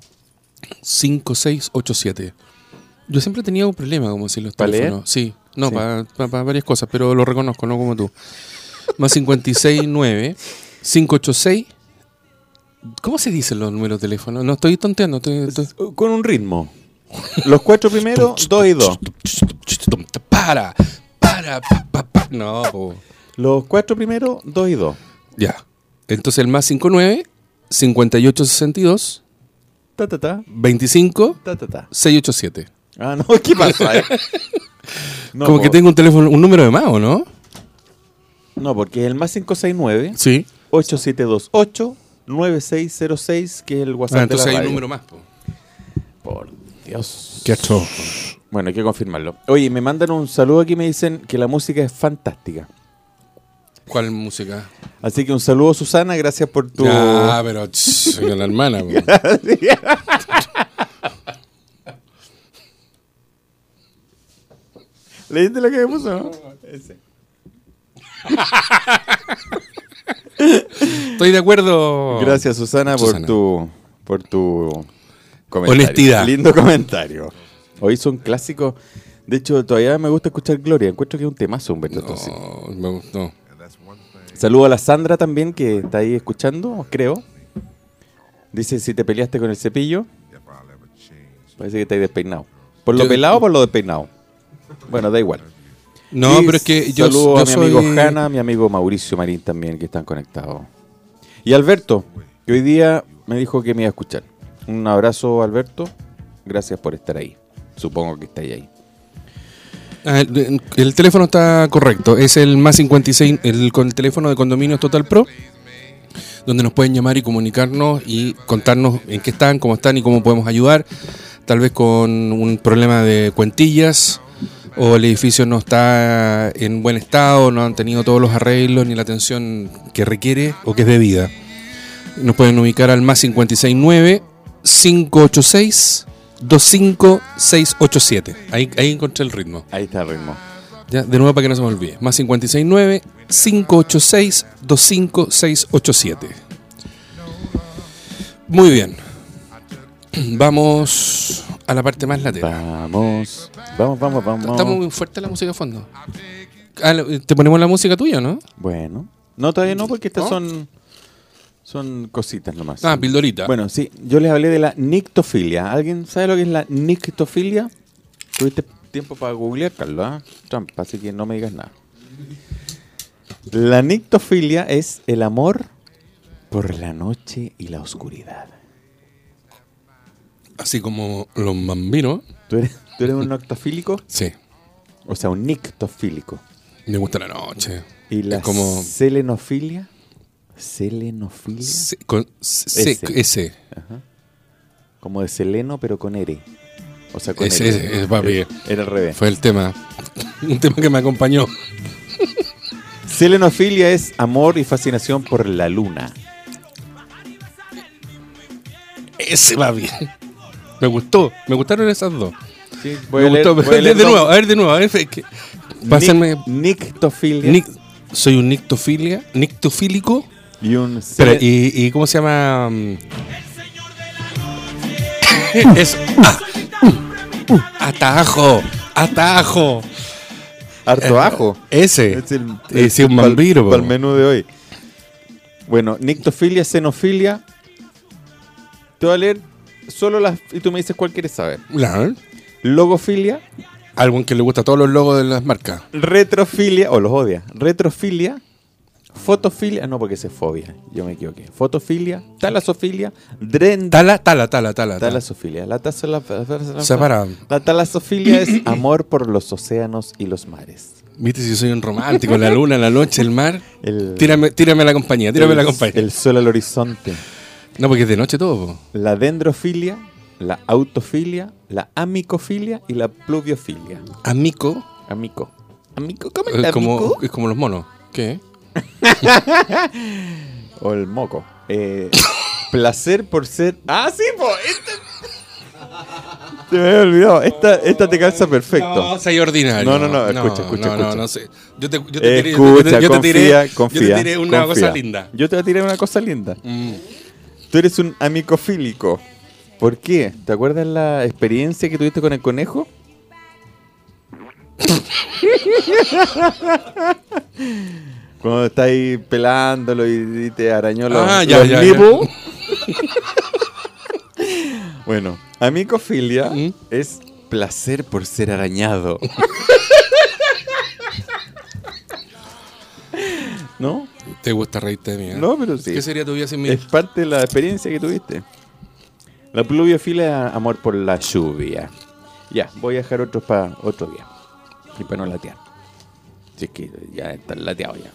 Speaker 3: 5687. Yo siempre he tenido un problema, como decir los
Speaker 4: ¿Para
Speaker 3: teléfonos.
Speaker 4: leer?
Speaker 3: Sí, no,
Speaker 4: Sí.
Speaker 3: para varias cosas, pero lo reconozco, no como tú. Más 569 586. ¿Cómo se dicen los números de teléfono? No estoy tonteando.
Speaker 4: con un ritmo. Los 4 primeros, 2 y 2.
Speaker 3: Para. No, po.
Speaker 4: Los 4 primeros, 2 y 2.
Speaker 3: Ya. Entonces el más 59 5862
Speaker 4: Ta, ta, ta.
Speaker 3: 25
Speaker 4: Ta, ta, ta.
Speaker 3: 687.
Speaker 4: Ah, no, ¿qué pasa? No,
Speaker 3: Como que tengo un teléfono, un número de más, ¿o no?
Speaker 4: No, porque es el más 569
Speaker 3: Sí.
Speaker 4: 8728 9606, que es el WhatsApp
Speaker 3: Entonces
Speaker 4: de
Speaker 3: hay
Speaker 4: la
Speaker 3: un
Speaker 4: radio.
Speaker 3: número más, po.
Speaker 4: Por Dios.
Speaker 3: Qué atroz.
Speaker 4: Bueno, hay que confirmarlo. Oye, me mandan un saludo aquí, me dicen que la música es fantástica.
Speaker 3: ¿Cuál música?
Speaker 4: Así que un saludo, Susana, gracias por tu...
Speaker 3: Ah, pero soy la hermana, po.
Speaker 4: ¿Leíste lo que me puso? ¿No? Ese.
Speaker 3: Estoy de acuerdo.
Speaker 4: Gracias, Susana,
Speaker 3: Susana.
Speaker 4: por tu comentario.
Speaker 3: Honestidad.
Speaker 4: Lindo comentario. Hoy son clásicos. De hecho, todavía me gusta escuchar Gloria. Encuentro que es un temazo, Humberto Tozzi.
Speaker 3: No, me gustó.
Speaker 2: And that's one thing.
Speaker 4: Saludo a la Sandra también, que está ahí escuchando, creo. Dice, si te peleaste con el cepillo,
Speaker 2: If I'll ever change.
Speaker 4: parece que estáis despeinado. ¿Por lo
Speaker 3: Yo-
Speaker 4: pelado o por lo despeinado? Bueno, da igual.
Speaker 3: No,
Speaker 4: Y
Speaker 3: pero es que yo
Speaker 4: saludo a mi
Speaker 3: soy...
Speaker 4: amigo Hanna, a mi amigo Mauricio Marín también, que están conectados. Y Alberto, que hoy día me dijo que me iba a escuchar. Un abrazo, Alberto. Gracias por estar ahí. Supongo que estáis ahí.
Speaker 3: Ah, el teléfono está correcto. Es el más 56, el teléfono de Condominios Total Pro, donde nos pueden llamar y comunicarnos y contarnos en qué están, cómo están y cómo podemos ayudar. Tal vez con un problema de cuentillas o el edificio no está en buen estado, no han tenido todos los arreglos ni la atención que requiere o que es debida. Nos pueden ubicar al más 569 586 25687. Ahí encontré el ritmo.
Speaker 4: Ahí está el ritmo.
Speaker 3: Ya, de nuevo para que no se me olvide. Más 569 586 25687. Muy bien. Vamos a la parte más lateral.
Speaker 4: Vamos.
Speaker 3: Está muy fuerte la música de fondo. Ah, ¿te ponemos la música tuya, no?
Speaker 4: Bueno. No, todavía no, porque estas
Speaker 3: ¿No?
Speaker 4: son cositas nomás.
Speaker 3: Ah, pildorita.
Speaker 4: Bueno, sí, yo les hablé de la nictofilia. ¿Alguien sabe lo que es la nictofilia? ¿Tuviste tiempo para googlear, Carlos? ¿Ah? Trampa, así que no me digas nada. La nictofilia es el amor por la noche y la oscuridad.
Speaker 3: Así como los bambinos.
Speaker 4: ¿Tú eres un noctofílico?
Speaker 3: Sí.
Speaker 4: O sea, un nictofílico.
Speaker 3: Me gusta la noche.
Speaker 4: ¿Y la
Speaker 3: Es como
Speaker 4: selenofilia? ¿Selenofilia?
Speaker 3: S.
Speaker 4: Ajá. Como de seleno, pero con R. O sea, con
Speaker 3: Ese, papi.
Speaker 4: Era al revés.
Speaker 3: Fue el tema. Un tema que me acompañó.
Speaker 4: Selenofilia es amor y fascinación por la luna.
Speaker 3: Ese va bien. Me gustó. Me gustaron esas dos.
Speaker 4: Sí,
Speaker 3: Me gustó.
Speaker 4: voy a leer
Speaker 3: de
Speaker 4: dos.
Speaker 3: nuevo, a ver, de nuevo. A ver, pásenme.
Speaker 4: Nictofilia
Speaker 3: Soy un nictofílico.
Speaker 4: y un
Speaker 3: Espera, ¿y cómo se llama? Es atajo.
Speaker 4: harto ajo.
Speaker 3: Ese.
Speaker 4: Es
Speaker 3: Sí, un vampiro, po.
Speaker 4: Para el menú de hoy. Bueno, nictofilia, xenofilia. Te voy a leer solo las y tú me dices cuál quieres saber.
Speaker 3: Claro.
Speaker 4: Logofilia,
Speaker 3: Algo que le gusta a todos los logos de las marcas.
Speaker 4: retrofilia, o los odia. Retrofilia, fotofilia, no porque esa es fobia, yo me equivoqué. Fotofilia, talasofilia,
Speaker 3: Tala.
Speaker 4: talasofilia. La
Speaker 3: Separado.
Speaker 4: talasofilia es amor por los océanos y los mares.
Speaker 3: Viste, si soy un romántico, la luna, la noche, el mar.
Speaker 4: El-
Speaker 3: Tírame la compañía,
Speaker 4: El sol al horizonte.
Speaker 3: No, porque es de noche todo, po.
Speaker 4: La dendrofilia, la autofilia, la amicofilia y la pluviofilia.
Speaker 3: Amico,
Speaker 4: Amico, ¿cómo está amico?
Speaker 3: es como los monos. ¿Qué?
Speaker 4: O el moco. Placer por ser... ¡Ah, sí, po! Se me había olvidado. Esta te calza perfecto.
Speaker 3: No, soy ordinario.
Speaker 4: No, escucha.
Speaker 3: No sé. Yo te
Speaker 4: Escucha,
Speaker 3: tiré,
Speaker 4: confía.
Speaker 3: Yo te tiré una
Speaker 4: confía.
Speaker 3: cosa linda.
Speaker 4: Yo te voy a tirar una cosa linda.
Speaker 3: Mm.
Speaker 4: Tú eres un amicofílico. ¿Por qué? ¿Te acuerdas la experiencia que tuviste con el conejo? Cuando estáis pelándolo y te arañó los,
Speaker 3: ya.
Speaker 4: nipples. Bueno, amicofilia es placer por ser arañado. ¿No?
Speaker 3: Te gusta reírte de mí, ¿eh?
Speaker 4: No, pero sí.
Speaker 3: ¿Qué sería tu vida sin mí?
Speaker 4: Es parte de la experiencia que tuviste. La pluviofilia es amor por la lluvia. Ya, voy a dejar otros para otro día. Y para no latear. Si es que ya está lateado ya.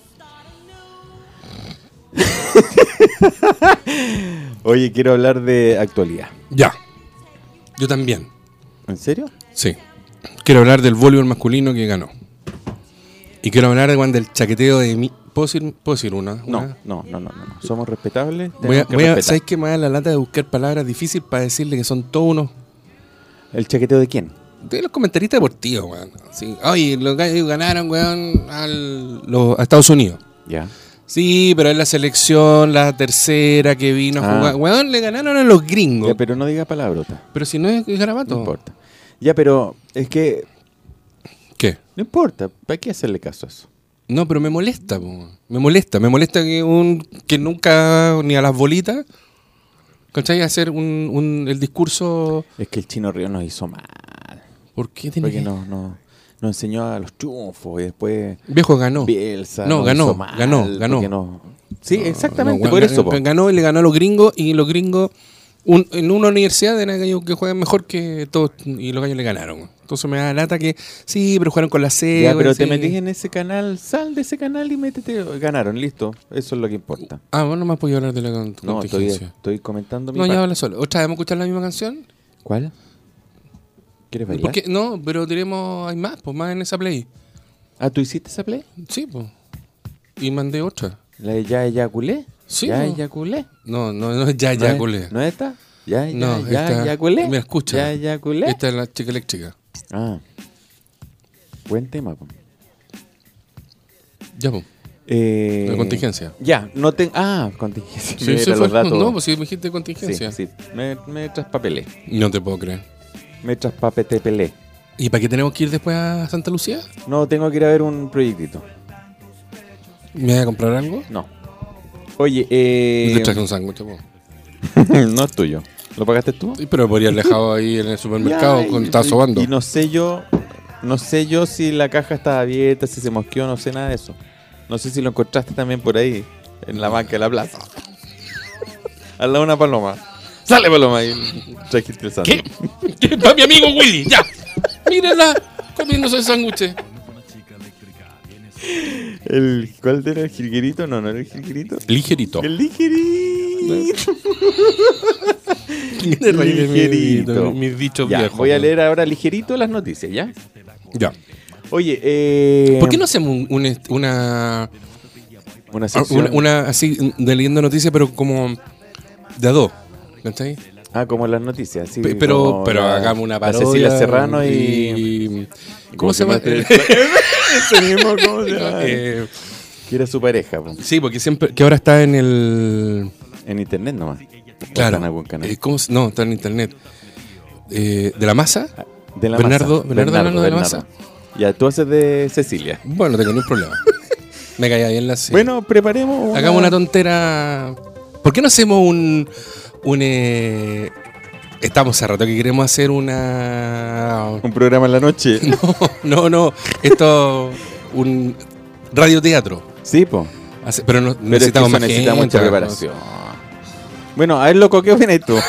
Speaker 4: Oye, quiero hablar de actualidad.
Speaker 3: Ya. Yo también.
Speaker 4: ¿En serio?
Speaker 3: Sí. Quiero hablar del voleibol masculino que ganó. Y quiero hablar de cuando el chaqueteo de mí. ¿Puedo decir una?
Speaker 4: No. Somos respetables.
Speaker 3: Voy a,
Speaker 4: tenemos que respetar.
Speaker 3: ¿sabes qué? Me da la lata de buscar palabras difíciles para decirle que son todos unos.
Speaker 4: ¿El chaqueteo de quién?
Speaker 3: De los comentaristas deportivos, weón. Sí. Oye, los gallos ganaron, weón, a Estados Unidos.
Speaker 4: Ya.
Speaker 3: Sí, pero es la selección, la tercera que vino a jugar. Weón, le ganaron a los gringos.
Speaker 4: Ya, pero no diga palabrota.
Speaker 3: Pero si no es garabato.
Speaker 4: No importa. Ya, pero es que
Speaker 3: ¿Qué?
Speaker 4: no importa. ¿Para qué hacerle caso a eso?
Speaker 3: No, pero me molesta, po. Me molesta que nunca, ni a las bolitas, ¿cachai? Hacer el discurso.
Speaker 4: Es que el Chino Río nos hizo mal.
Speaker 3: ¿Por qué tiene
Speaker 4: Porque
Speaker 3: que...?
Speaker 4: nos enseñó a los triunfos y después
Speaker 3: Viejo ganó.
Speaker 4: Bielsa
Speaker 3: No,
Speaker 4: nos
Speaker 3: ganó,
Speaker 4: hizo mal
Speaker 3: ganó.
Speaker 4: porque Sí, exactamente,
Speaker 3: No,
Speaker 4: por eso. po.
Speaker 3: ganó y le ganó a los gringos, y los gringos en una universidad eran gallos que juegan mejor que todos, y los gallos le ganaron. Entonces me da lata que sí, pero jugaron con la C.
Speaker 4: Ya, pero
Speaker 3: sí.
Speaker 4: te metís en ese canal, sal de ese canal y métete. Ganaron, listo. Eso es lo que importa.
Speaker 3: Ah, vos no me has podido hablar de la
Speaker 4: No,
Speaker 3: contingencia.
Speaker 4: estoy comentando mi
Speaker 3: No, ya
Speaker 4: parte.
Speaker 3: habla solo. ¿Otra vez vamos a escuchar la misma canción?
Speaker 4: ¿Cuál? ¿Quieres bailar?
Speaker 3: ¿Por qué? No, pero hay más, pues más en esa play.
Speaker 4: Ah, ¿tú hiciste esa play?
Speaker 3: Sí, pues. Y mandé otra.
Speaker 4: ¿La de Ya Eyaculé?
Speaker 3: Sí,
Speaker 4: ¿Ya
Speaker 3: po.
Speaker 4: Eyaculé?
Speaker 3: No es ya,
Speaker 4: ¿No es-
Speaker 3: culé.
Speaker 4: ¿No es esta? ¿Ya
Speaker 3: esta-
Speaker 4: Eyaculé?
Speaker 3: Mira, escucha.
Speaker 4: ¿Ya Eyaculé?
Speaker 3: Esta es la chica eléctrica.
Speaker 4: Ah. Buen tema, po.
Speaker 3: Ya, pues. La contingencia.
Speaker 4: Ya, no tengo... Ah, contingencia.
Speaker 3: Sí,
Speaker 4: Mira
Speaker 3: sí,
Speaker 4: los
Speaker 3: fue-
Speaker 4: datos.
Speaker 3: no, pues si me dijiste
Speaker 4: Sí,
Speaker 3: contingencia.
Speaker 4: sí. Me traspapelé.
Speaker 3: No te puedo creer.
Speaker 4: Me traspapetepelé.
Speaker 3: ¿Y para qué tenemos que ir después a Santa Lucía?
Speaker 4: No, tengo que ir a ver un proyectito.
Speaker 3: ¿Me vas a comprar algo?
Speaker 4: No. Oye,
Speaker 3: Te traje un sándwich, po.
Speaker 4: no es tuyo. ¿Lo pagaste tú?
Speaker 3: Sí, pero podría haber dejado ahí en el supermercado
Speaker 4: Ya,
Speaker 3: cuando estaba sobando.
Speaker 4: Y no sé yo si la caja estaba abierta, si se mosqueó, no sé nada de eso. No sé si lo encontraste también por ahí, en la banca de la plaza. Al lado de una paloma. ¡Sale, paloma! Y trajiste el sándwich.
Speaker 3: ¿Qué? Para mi amigo Willy, ya. Mírala. comiéndose el sándwich.
Speaker 4: ¿Cuál era el jilguerito? No era el jilguerito.
Speaker 3: Ligerito.
Speaker 4: El ligerito.
Speaker 3: Ligerito. Mis dichos
Speaker 4: Ya,
Speaker 3: viejos.
Speaker 4: voy a leer ahora ligerito las noticias, ¿ya?
Speaker 3: Ya.
Speaker 4: Oye,
Speaker 3: ¿Por qué no hacemos una
Speaker 4: sección?
Speaker 3: una así de leyendo noticias, pero como de a dos? ¿Cachai?
Speaker 4: Como las noticias, sí.
Speaker 3: Pero
Speaker 4: como
Speaker 3: hagamos una
Speaker 4: la
Speaker 3: parodia.
Speaker 4: Cecilia Serrano y
Speaker 3: ¿Cómo se llama?
Speaker 4: Ese mismo, ¿cómo se llama? Que era su pareja, po.
Speaker 3: Sí, porque siempre que ahora está en el
Speaker 4: En internet nomás.
Speaker 3: claro.
Speaker 4: En algún canal.
Speaker 3: No, está en internet. ¿De la masa?
Speaker 4: De la
Speaker 3: Bernardo
Speaker 4: masa.
Speaker 3: hablando de la masa.
Speaker 4: Ya, tú haces de Cecilia.
Speaker 3: Bueno, no tengo ningún problema. Me caía bien la serie.
Speaker 4: Bueno, preparemos
Speaker 3: Hagamos una tontera. ¿Por qué no hacemos estamos hace rato que queremos hacer una.
Speaker 4: un programa en la noche.
Speaker 3: No. Un radioteatro.
Speaker 4: Sí, po.
Speaker 3: Pero no,
Speaker 4: Pero
Speaker 3: necesitamos
Speaker 4: es que
Speaker 3: más
Speaker 4: eso necesita
Speaker 3: gente,
Speaker 4: mucha
Speaker 3: ¿no?
Speaker 4: preparación. Bueno, a ver, loco, ¿qué opinas tú?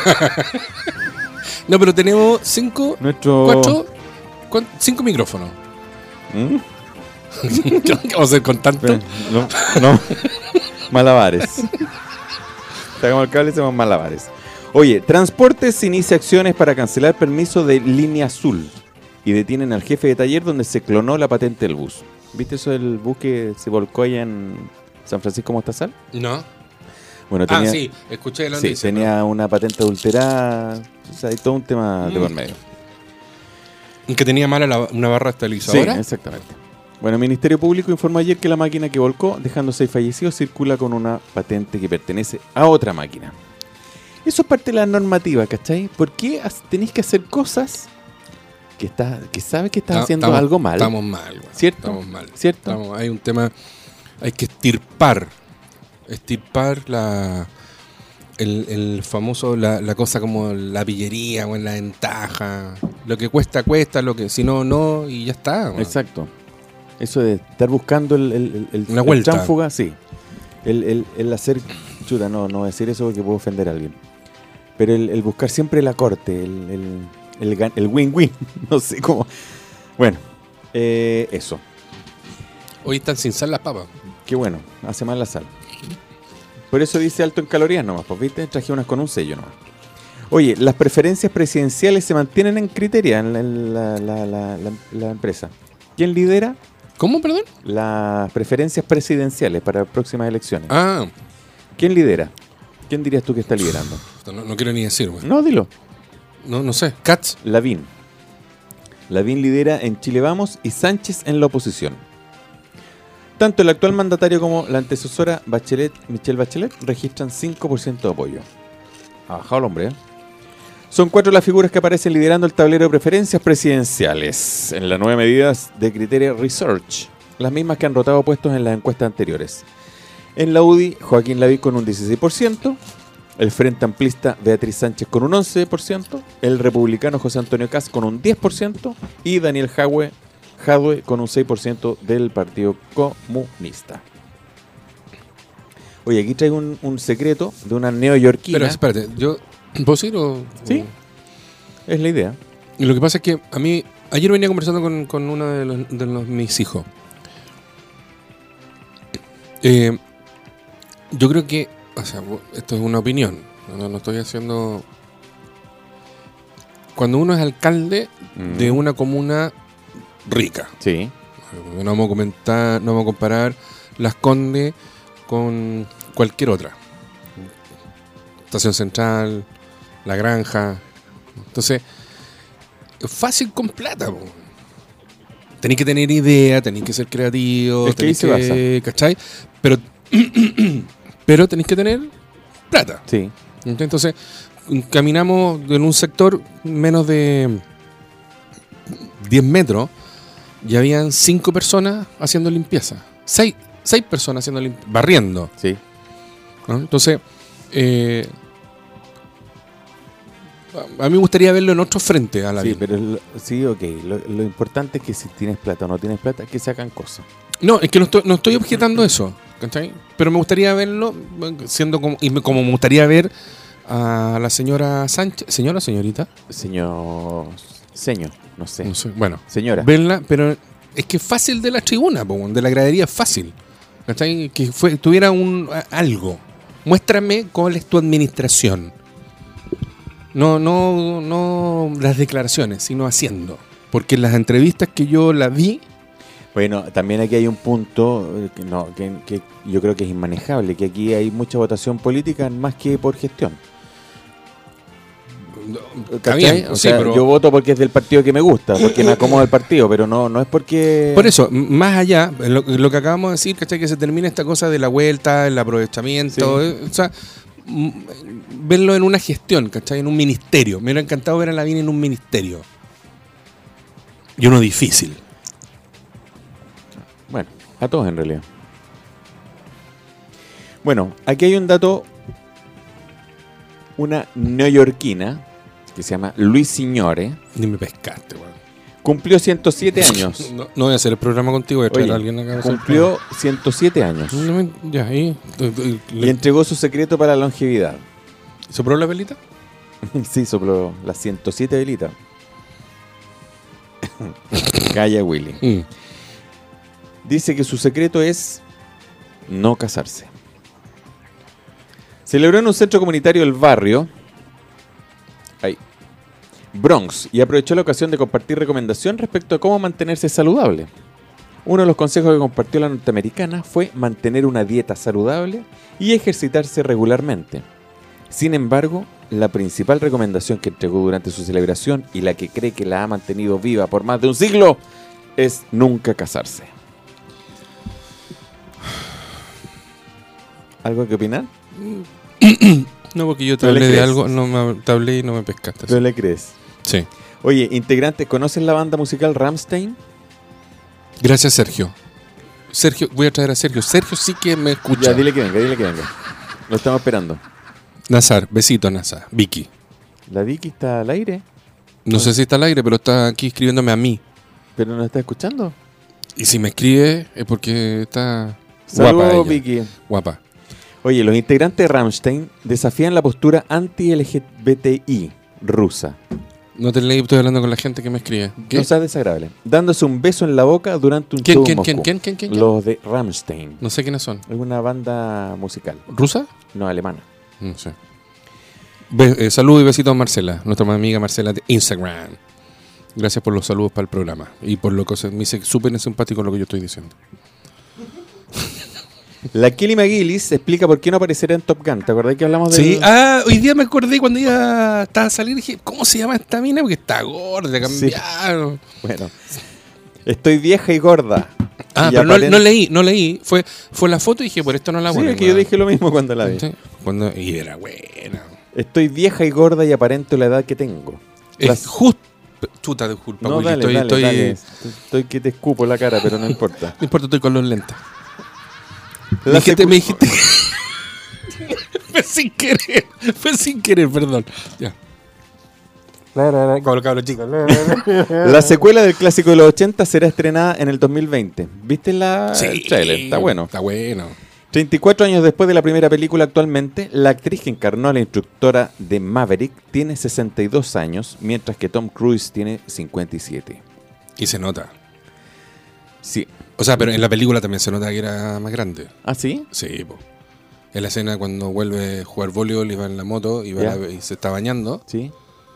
Speaker 3: No, pero tenemos 5 micrófonos.
Speaker 4: ¿Mm?
Speaker 3: ¿Qué vamos a hacer con tanto?
Speaker 4: No. Malabares. Sacamos el cable y hacemos malabares. Oye, Transportes inicia acciones para cancelar permiso de Línea Azul y detienen al jefe de taller donde se clonó la patente del bus. ¿Viste eso del bus que se volcó allá en San Francisco Mostazal?
Speaker 3: No.
Speaker 4: Bueno, tenía,
Speaker 3: Sí, escuché la
Speaker 4: sí,
Speaker 3: noticia.
Speaker 4: tenía una patente adulterada. O sea, hay todo un tema de por medio.
Speaker 3: Que tenía mala una barra
Speaker 4: Sí,
Speaker 3: estabilizadora.
Speaker 4: exactamente. Bueno, el Ministerio Público informó ayer que la máquina que volcó, dejando 6 fallecidos, circula con una patente que pertenece a otra máquina. Eso es parte de la normativa, ¿cachai? ¿Por qué tenéis que hacer cosas que sabes que estás haciendo algo mal?
Speaker 3: Estamos mal, güey.
Speaker 4: ¿Cierto?
Speaker 3: Estamos mal.
Speaker 4: ¿Cierto?
Speaker 3: Hay un tema, hay que estirpar el famoso, la cosa como la pillería o la ventaja. Lo que cuesta, lo que si no, y ya está. Güey.
Speaker 4: Exacto. Eso de estar buscando
Speaker 3: Una vuelta.
Speaker 4: el tránfuga, sí. El hacer... Chuta, no voy a decir eso porque puedo ofender a alguien. Pero el buscar siempre la corte, el win-win. No sé cómo... Bueno, eso.
Speaker 3: Hoy están sin sal las papas.
Speaker 4: Qué bueno, hace mal la sal. Por eso dice alto en calorías nomás, pues viste, traje unas con un sello nomás. Oye, las preferencias presidenciales se mantienen en criteria en la empresa. ¿Quién lidera?
Speaker 3: ¿Cómo, perdón?
Speaker 4: Las preferencias presidenciales para próximas elecciones.
Speaker 3: Ah,
Speaker 4: ¿Quién lidera? ¿Quién dirías tú que está liderando?
Speaker 3: no quiero ni decir, güey.
Speaker 4: No, dilo.
Speaker 3: No sé. Katz.
Speaker 4: Lavín. Lavín lidera en Chile Vamos y Sánchez en la oposición. Tanto el actual mandatario como la antecesora Michelle Bachelet registran 5% de apoyo. Ha bajado el hombre, ¿eh? Son 4 las figuras que aparecen liderando el tablero de preferencias presidenciales en las 9 medidas de Criteria Research, las mismas que han rotado puestos en las encuestas anteriores. En la UDI, Joaquín Lavín con un 16%, el Frente Amplista Beatriz Sánchez con un 11%, el republicano José Antonio Kast con un 10% y Daniel Jadwe con un 6% del Partido Comunista. Oye, aquí traigo un secreto de una neoyorquina.
Speaker 3: Pero espérate, ¿puedo seguir o...?
Speaker 4: Sí, es la idea.
Speaker 3: Y lo que pasa es que a mí... Ayer venía conversando con uno de mis hijos. Yo creo que... O sea, esto es una opinión. No estoy haciendo... Cuando uno es alcalde de una comuna rica.
Speaker 4: Sí.
Speaker 3: No vamos a comparar Las Condes con cualquier otra. Estación Central, La Granja. Entonces, es fácil con plata, po. Tenéis que tener idea, tenéis que ser creativo,
Speaker 4: Es que ahí se basa.
Speaker 3: ¿cachai? Pero tenéis que tener plata.
Speaker 4: Sí.
Speaker 3: Entonces, caminamos en un sector menos de 10 metros y habían 5 personas haciendo limpieza. 6 personas haciendo barriendo.
Speaker 4: Sí.
Speaker 3: ¿No? Entonces, a mí me gustaría verlo en otro frente a la
Speaker 4: Sí,
Speaker 3: vida.
Speaker 4: pero sí, ok. Lo importante es que si tienes plata o no tienes plata, que se hagan cosas.
Speaker 3: No, es que no estoy objetando eso, ¿cachai? Pero me gustaría verlo siendo como me gustaría ver a la señora Sánchez. ¿Señora o señorita?
Speaker 4: Señor No sé.
Speaker 3: No sé, bueno,
Speaker 4: Señora.
Speaker 3: verla, pero es que es fácil de la tribuna, po, de la gradería es fácil. ¿Cachai? Que tuviera algo. Muéstrame cuál es tu administración. No las declaraciones, sino haciendo. Porque en las entrevistas que yo la vi,
Speaker 4: Bueno, también aquí hay un punto que yo creo que es inmanejable, que aquí hay mucha votación política más que por gestión.
Speaker 3: está
Speaker 4: ¿Cachai?
Speaker 3: bien,
Speaker 4: O
Speaker 3: sí,
Speaker 4: sea,
Speaker 3: pero
Speaker 4: yo voto porque es del partido que me gusta, porque me acomoda el partido, pero no es porque...
Speaker 3: por eso, más allá, lo que acabamos de decir, ¿cachai? Que se termina esta cosa de la vuelta, el aprovechamiento, o sea, verlo en una gestión, ¿cachai? En un ministerio. Me hubiera encantado ver a Lavín en un ministerio. Y uno difícil.
Speaker 4: Bueno, a todos en realidad. Bueno, aquí hay un dato. Una neoyorquina que se llama Luis Signore
Speaker 3: Ni me pescaste, weón.
Speaker 4: cumplió 107 años.
Speaker 3: No voy a hacer el programa contigo, voy a traer
Speaker 4: Oye,
Speaker 3: a alguien acá. a hacer el
Speaker 4: cumplió 107 años
Speaker 3: programa. Ya, ahí.
Speaker 4: y entregó su secreto para la longevidad.
Speaker 3: ¿Sopró la pelita?
Speaker 4: Sí, sopló las 107 velitas. Calla Willy.
Speaker 3: Mm.
Speaker 4: Dice que su secreto es no casarse. Celebró en un centro comunitario del barrio Bronx y aprovechó la ocasión de compartir recomendación respecto a cómo mantenerse saludable. Uno de los consejos que compartió la norteamericana fue mantener una dieta saludable y ejercitarse regularmente. Sin embargo, la principal recomendación que entregó durante su celebración y la que cree que la ha mantenido viva por más de un siglo es nunca casarse. ¿Algo que opinar?
Speaker 3: No, porque yo te
Speaker 4: ¿No le
Speaker 3: hablé de
Speaker 4: crees?
Speaker 3: algo, te hablé y no me pescaste.
Speaker 4: ¿No le crees?
Speaker 3: Sí.
Speaker 4: Oye, integrantes, ¿conocen la banda musical Rammstein?
Speaker 3: Gracias, Sergio. Sergio, voy a traer a Sergio. Sergio sí que me escucha.
Speaker 4: Ya, dile que venga, dile que venga. Lo estamos esperando.
Speaker 3: Nazar, besito, Nazar. Vicky.
Speaker 4: La Vicky está al aire,
Speaker 3: No sé si está al aire, pero está aquí escribiéndome a mí.
Speaker 4: pero no está escuchando.
Speaker 3: Y si me escribe es porque está guapa
Speaker 4: Saludos,
Speaker 3: ella.
Speaker 4: Vicky.
Speaker 3: Guapa.
Speaker 4: Oye, los integrantes de Rammstein desafían la postura anti-LGBTI rusa.
Speaker 3: No te leí, estoy hablando con la gente que me escribe. ¿Qué?
Speaker 4: No sea desagradable. Dándose un beso en la boca durante un show en Moscú.
Speaker 3: ¿Quién?
Speaker 4: Los de Rammstein.
Speaker 3: No sé quiénes son.
Speaker 4: Es una banda musical.
Speaker 3: ¿Rusa?
Speaker 4: No, alemana.
Speaker 3: No sé. Saludos y besitos a Marcela, nuestra amiga Marcela de Instagram. Gracias por los saludos para el programa. Y por lo que me hice súper simpático lo que yo estoy diciendo.
Speaker 4: La Kelly McGillis explica por qué no aparecerá en Top Gun. ¿Te acordás que hablamos de
Speaker 3: Sí, hoy día me acordé cuando estaba a salir, dije, ¿cómo se llama esta mina? Porque está gorda, cambiaron.
Speaker 4: Bueno, estoy vieja y gorda.
Speaker 3: Ah,
Speaker 4: Y
Speaker 3: pero
Speaker 4: aparent-
Speaker 3: no leí. Fue la foto y dije, por esto no la
Speaker 4: Sí,
Speaker 3: ponen.
Speaker 4: es que yo dije lo mismo cuando la vi.
Speaker 3: Sí, y era buena.
Speaker 4: Estoy vieja y gorda y aparento la edad que tengo.
Speaker 3: Es justo. Chuta, disculpa,
Speaker 4: No,
Speaker 3: Willy,
Speaker 4: dale,
Speaker 3: estoy,
Speaker 4: dale. Estoy que te escupo la cara, pero no importa.
Speaker 3: No importa, estoy con los lentes.
Speaker 4: La
Speaker 3: Me dijiste. Fue sin querer, perdón. Ya. Como los cabros chicos.
Speaker 4: La secuela del clásico de los 80 será estrenada en el 2020. ¿Viste el trailer? Está bueno.
Speaker 3: Está bueno.
Speaker 4: 34 años después de la primera película actualmente, la actriz que encarnó a la instructora de Maverick tiene 62 años, mientras que Tom Cruise tiene 57.
Speaker 3: Y se nota.
Speaker 4: Sí.
Speaker 3: O sea, pero en la película también se nota que era más grande.
Speaker 4: ¿Ah, sí?
Speaker 3: Sí, po. En la escena cuando vuelve a jugar voleibol y va en la moto y,
Speaker 4: Ya.
Speaker 3: y se está bañando.
Speaker 4: Sí.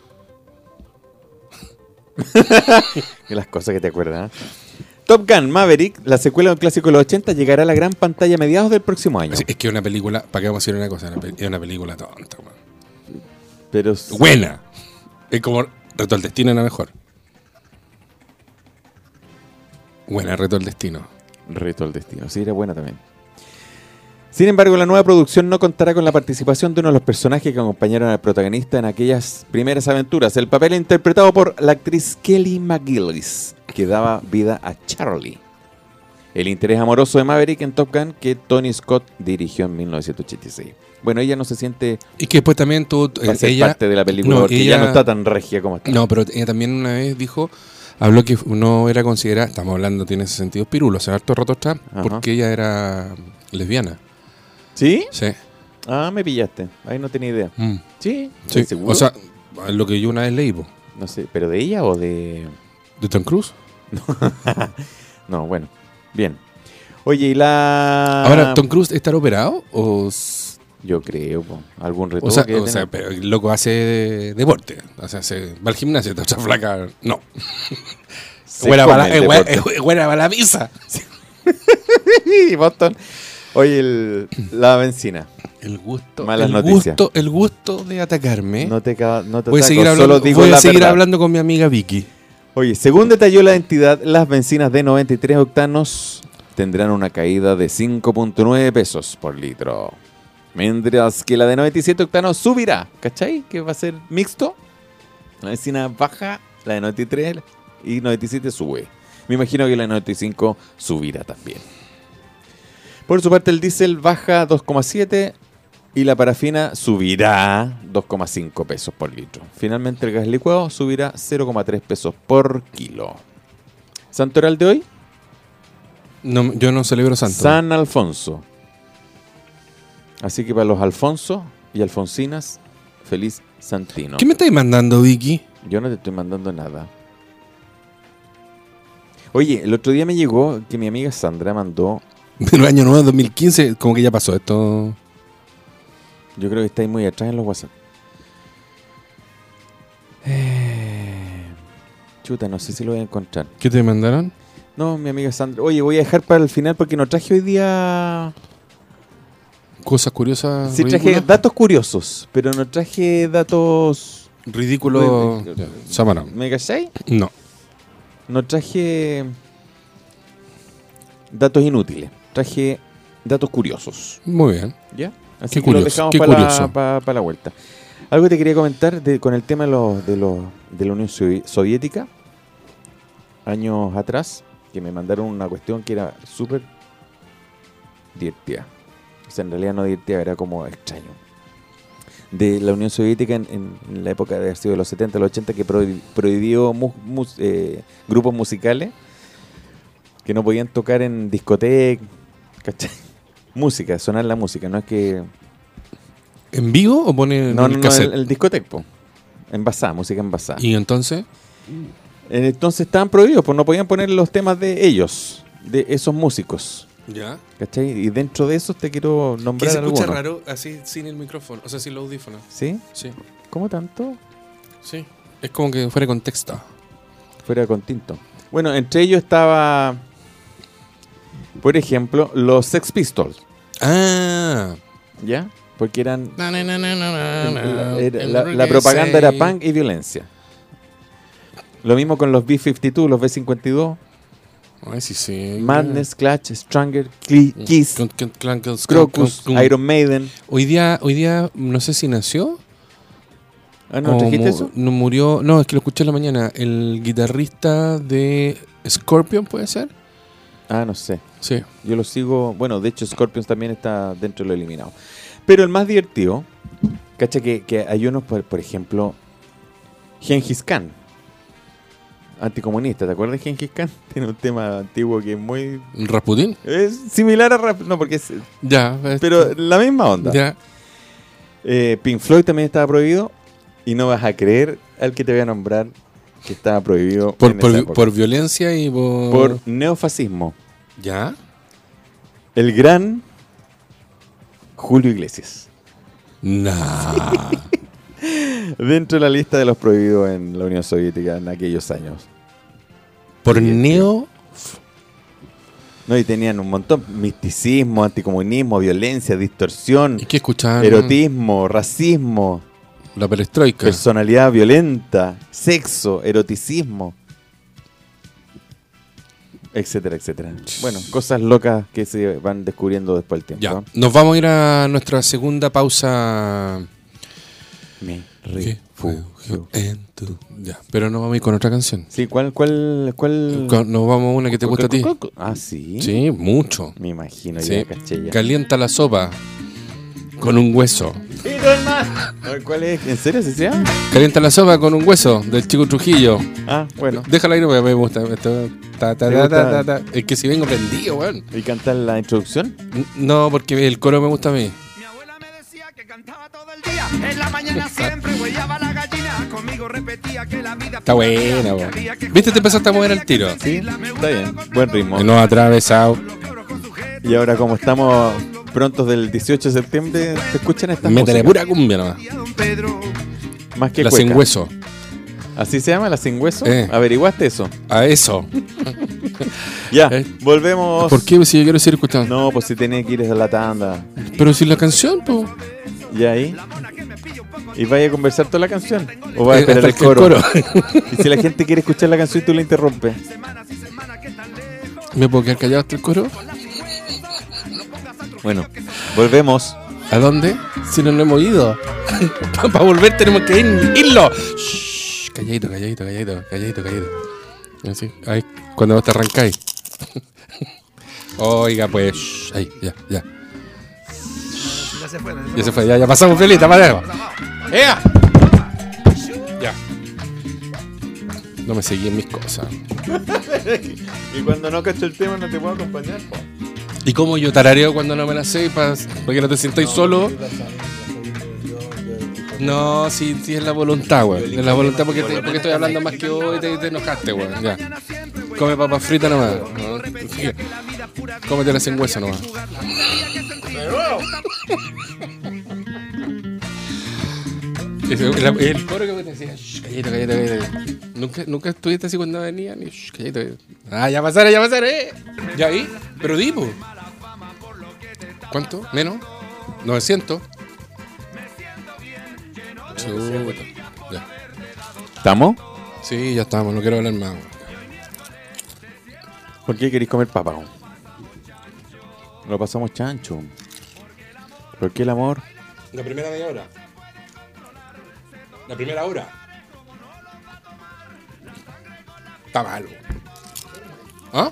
Speaker 4: Y las cosas que te acuerdas. ¿Eh? Top Gun Maverick, la secuela de un clásico de los 80, llegará a la gran pantalla a mediados del próximo año.
Speaker 3: Es que una película, ¿para qué vamos a decir una cosa? Es una película tonta, man.
Speaker 4: Pero
Speaker 3: Buena. Es como Reto al Destino era mejor. Buena, Reto al Destino.
Speaker 4: Reto al Destino, sí, era buena también. Sin embargo, la nueva producción no contará con la participación de uno de los personajes que acompañaron al protagonista en aquellas primeras aventuras. El papel interpretado por la actriz Kelly McGillis, que daba vida a Charlie, el interés amoroso de Maverick en Top Gun que Tony Scott dirigió en 1986. Bueno, ella no se siente
Speaker 3: Y que después también tuvo
Speaker 4: para ser
Speaker 3: ella
Speaker 4: parte de la película,
Speaker 3: no,
Speaker 4: porque
Speaker 3: ella-
Speaker 4: ya no está tan regia como está.
Speaker 3: No, pero ella también una vez habló que no era considerada, estamos hablando, tiene ese sentido pirulo, hace harto rato está,
Speaker 4: Ajá.
Speaker 3: porque ella era lesbiana.
Speaker 4: ¿Sí?
Speaker 3: Sí.
Speaker 4: Ah, me pillaste. Ahí no tenía idea.
Speaker 3: Mm.
Speaker 4: Sí,
Speaker 3: Sí.
Speaker 4: ¿estás seguro?
Speaker 3: O sea, lo que yo una vez leí, po.
Speaker 4: no sé, ¿pero de ella o de
Speaker 3: ¿De Tom Cruise?
Speaker 4: No, bueno, bien. Oye, y la...
Speaker 3: Ahora, ¿Tom Cruise estará operado?
Speaker 4: Yo creo, po, algún
Speaker 3: O
Speaker 4: retoque.
Speaker 3: sea,
Speaker 4: debe tener.
Speaker 3: pero el loco hace deporte. O sea, va al gimnasio, está flaca. No.
Speaker 4: Se
Speaker 3: Buena
Speaker 4: come
Speaker 3: para
Speaker 4: el deporte.
Speaker 3: la pizza.
Speaker 4: Y Boston. Oye, la benzina.
Speaker 3: El gusto.
Speaker 4: Malas
Speaker 3: el
Speaker 4: noticias.
Speaker 3: gusto, el gusto de atacarme.
Speaker 4: No te
Speaker 3: voy a seguir
Speaker 4: ataco,
Speaker 3: hablando,
Speaker 4: solo digo
Speaker 3: voy a
Speaker 4: la
Speaker 3: seguir
Speaker 4: verdad.
Speaker 3: hablando con mi amiga Vicky.
Speaker 4: Oye, según detalló la entidad, las bencinas de 93 octanos tendrán una caída de 5.9 pesos por litro. Mientras que la de 97 octanos subirá. ¿Cachai? Que va a ser mixto. La bencina baja, la de 93 y 97 sube. Me imagino que la de 95 subirá también. Por su parte, el diésel baja 2,7 y la parafina subirá 2,5 pesos por litro. Finalmente, el gas licuado subirá 0,3 pesos por kilo. ¿Santoral de hoy?
Speaker 3: No, yo no celebro santo.
Speaker 4: San Alfonso. Así que para los Alfonso y Alfonsinas, feliz Santino.
Speaker 3: ¿Qué me estáis mandando, Vicky?
Speaker 4: Yo no te estoy mandando nada. Oye, el otro día me llegó que mi amiga Sandra mandó.
Speaker 3: Del año nuevo 2015, como que ya pasó esto.
Speaker 4: Yo creo que estáis muy atrás en los WhatsApp. Chuta, no sé si lo voy a encontrar.
Speaker 3: ¿Qué te mandaron?
Speaker 4: No, mi amiga Sandra. Oye, voy a dejar para el final porque no traje hoy día.
Speaker 3: Cosas curiosas.
Speaker 4: Sí, traje
Speaker 3: ridículas.
Speaker 4: datos curiosos, pero no traje datos.
Speaker 3: Ridículo. Ya, Samara.
Speaker 4: ¿Me cachai?
Speaker 3: No.
Speaker 4: No traje datos inútiles. Traje datos curiosos.
Speaker 3: Muy bien.
Speaker 4: ¿Ya? Así
Speaker 3: Qué
Speaker 4: que los
Speaker 3: curioso,
Speaker 4: dejamos
Speaker 3: qué
Speaker 4: para
Speaker 3: curioso.
Speaker 4: la vuelta. Algo te quería comentar con el tema de la Unión Soviética. Años atrás, que me mandaron una cuestión que era súper divertida. O sea, en realidad no divertida, era como extraño. De la Unión Soviética en la época de haber sido de los 70, los 80, que prohibió grupos musicales que no podían tocar en discotecas, ¿cachai? Música, sonar la música, no es que...
Speaker 3: ¿En vivo o pone
Speaker 4: No,
Speaker 3: el
Speaker 4: no,
Speaker 3: cassette?
Speaker 4: el discotec, po. Envasada, música envasada.
Speaker 3: ¿Y entonces?
Speaker 4: Entonces estaban prohibidos, pues no podían poner los temas de ellos, de esos músicos,
Speaker 3: Ya.
Speaker 4: ¿cachai? Y dentro de esos te quiero
Speaker 3: Que
Speaker 4: nombrar
Speaker 3: se escucha
Speaker 4: algunos.
Speaker 3: raro así sin el micrófono, o sea, sin los audífonos.
Speaker 4: ¿Sí?
Speaker 3: Sí,
Speaker 4: ¿Cómo tanto?
Speaker 3: sí. Es como que fuera de contexto.
Speaker 4: Fuera con tinto. Bueno, entre ellos estaba, por ejemplo, los Sex Pistols,
Speaker 3: Ah.
Speaker 4: ¿ya? Porque eran...
Speaker 3: Na, na, na, na, na, na,
Speaker 4: La propaganda era punk y violencia. Lo mismo con los B-52, los B-52,
Speaker 3: Ay, sí, sí.
Speaker 4: Madness, Clutch, Stranger, Kiss, Crocus, Iron Maiden.
Speaker 3: Hoy día, no sé si nació.
Speaker 4: Ah, ¿no trajiste eso?
Speaker 3: No murió. No, es que lo escuché en la mañana. El guitarrista de Scorpion, ¿puede ser?
Speaker 4: Ah, no sé.
Speaker 3: Sí.
Speaker 4: Yo lo sigo. Bueno, de hecho, Scorpions también está dentro de lo eliminado. Pero el más divertido, cacha que hay unos, por ejemplo, Gengis Khan, anticomunista. ¿Te acuerdas de Gengis Khan? Tiene un tema antiguo que es muy.
Speaker 3: ¿Rasputin?
Speaker 4: Es similar a rap. No, porque es.
Speaker 3: Ya.
Speaker 4: Pero la misma onda.
Speaker 3: Ya.
Speaker 4: Pink Floyd también estaba prohibido. Y no vas a creer al que te voy a nombrar que estaba prohibido en esa época.
Speaker 3: Por violencia y
Speaker 4: Por neofascismo.
Speaker 3: ¿Ya?
Speaker 4: El gran Julio Iglesias.
Speaker 3: Nah.
Speaker 4: Dentro de la lista de los prohibidos en la Unión Soviética en aquellos años.
Speaker 3: Por
Speaker 4: Sí,
Speaker 3: neo.
Speaker 4: No, y tenían un montón. Misticismo, anticomunismo, violencia, distorsión,
Speaker 3: ¿Y qué escuchaban?
Speaker 4: erotismo, racismo,
Speaker 3: La perestroika.
Speaker 4: personalidad violenta, sexo, eroticismo, etcétera, etcétera. Bueno, cosas locas que se van descubriendo después del tiempo.
Speaker 3: Ya.
Speaker 4: ¿no?
Speaker 3: Nos vamos a ir a nuestra segunda pausa.
Speaker 4: Me
Speaker 3: Refugio
Speaker 4: refugio.
Speaker 3: en tu- Ya. Pero nos vamos a ir con otra canción.
Speaker 4: Sí, ¿cuál?
Speaker 3: Nos vamos a una que te gusta a ti.
Speaker 4: Ah, sí.
Speaker 3: Sí, mucho.
Speaker 4: Me imagino,
Speaker 3: Sí.
Speaker 4: ya caché ya.
Speaker 3: Calienta la sopa con un hueso.
Speaker 4: A ver, ¿cuál es? ¿En serio se llama?
Speaker 3: Calienta la sopa con un hueso del Chico Trujillo.
Speaker 4: Ah, bueno.
Speaker 3: Déjala ir porque me gusta. Esto,
Speaker 4: ¿Te gusta?
Speaker 3: Es que si vengo prendido, weón.
Speaker 4: ¿Y cantar la introducción?
Speaker 3: No, porque el coro me gusta a mí.
Speaker 6: Mi abuela me decía que
Speaker 3: Está buena, po. ¿Viste? Te empezaste a mover al tiro.
Speaker 4: Sí, está bien. Buen ritmo.
Speaker 3: Que no ha atravesado.
Speaker 4: Y ahora, como estamos prontos del 18 de septiembre, se escuchan estas
Speaker 3: Métele
Speaker 4: músicas.
Speaker 3: pura cumbia nomás.
Speaker 4: Más que
Speaker 3: La
Speaker 4: cueca.
Speaker 3: sin hueso.
Speaker 4: ¿Así se llama, la sin hueso?
Speaker 3: Eh.
Speaker 4: ¿Averiguaste eso?
Speaker 3: A eso.
Speaker 4: Ya,
Speaker 3: Eh.
Speaker 4: volvemos.
Speaker 3: ¿Por qué? Si yo quiero seguir escuchando.
Speaker 4: No, pues si tenés que ir a la tanda.
Speaker 3: Pero si la canción, pues.
Speaker 4: ¿Y ahí? ¿Y vaya a conversar toda la canción? ¿O vas a esperar
Speaker 3: hasta
Speaker 4: el coro? Y si la gente quiere escuchar la canción y tú la interrumpes.
Speaker 3: ¿Me puedo quedar callado hasta el coro?
Speaker 4: Bueno, volvemos.
Speaker 3: ¿A dónde? Si no nos hemos ido. Para volver tenemos que irlo. Shh, calladito, calladito, calladito, calladito, calladito. Así, ahí, cuando vos te arrancáis. Oiga, pues. Shh, ahí, ya, ya. Ya se fue, ya pasamos pelita, para. ¡Ea! Ya. No me seguí en mis cosas.
Speaker 4: Y cuando no cacho el tema no te puedo acompañar. Po.
Speaker 3: ¿Y cómo yo tarareo cuando no me la sé? Para que no te sientáis solo. No, sí, sí es la voluntad, güey. Es la voluntad porque estoy hablando más que hoy y te enojaste, güey. Ya. Come papas fritas nomás. ¿No? Cómetela sin hueso nomás. El coro que me decía, calladito, calladito, calladito. Nunca estuviste así cuando venía, ni calladito, calladito. Ah, ya pasaré. Ya ahí, pero dipo. ¿Cuánto? ¿Menos? 900. Chuta. Ya.
Speaker 4: ¿Estamos?
Speaker 3: Sí, ya estamos, no quiero hablar más.
Speaker 4: ¿Por qué queréis comer papa? Lo pasamos chancho. ¿Por qué el amor?
Speaker 3: La primera media hora. La primera hora. Está malo. ¿Ah?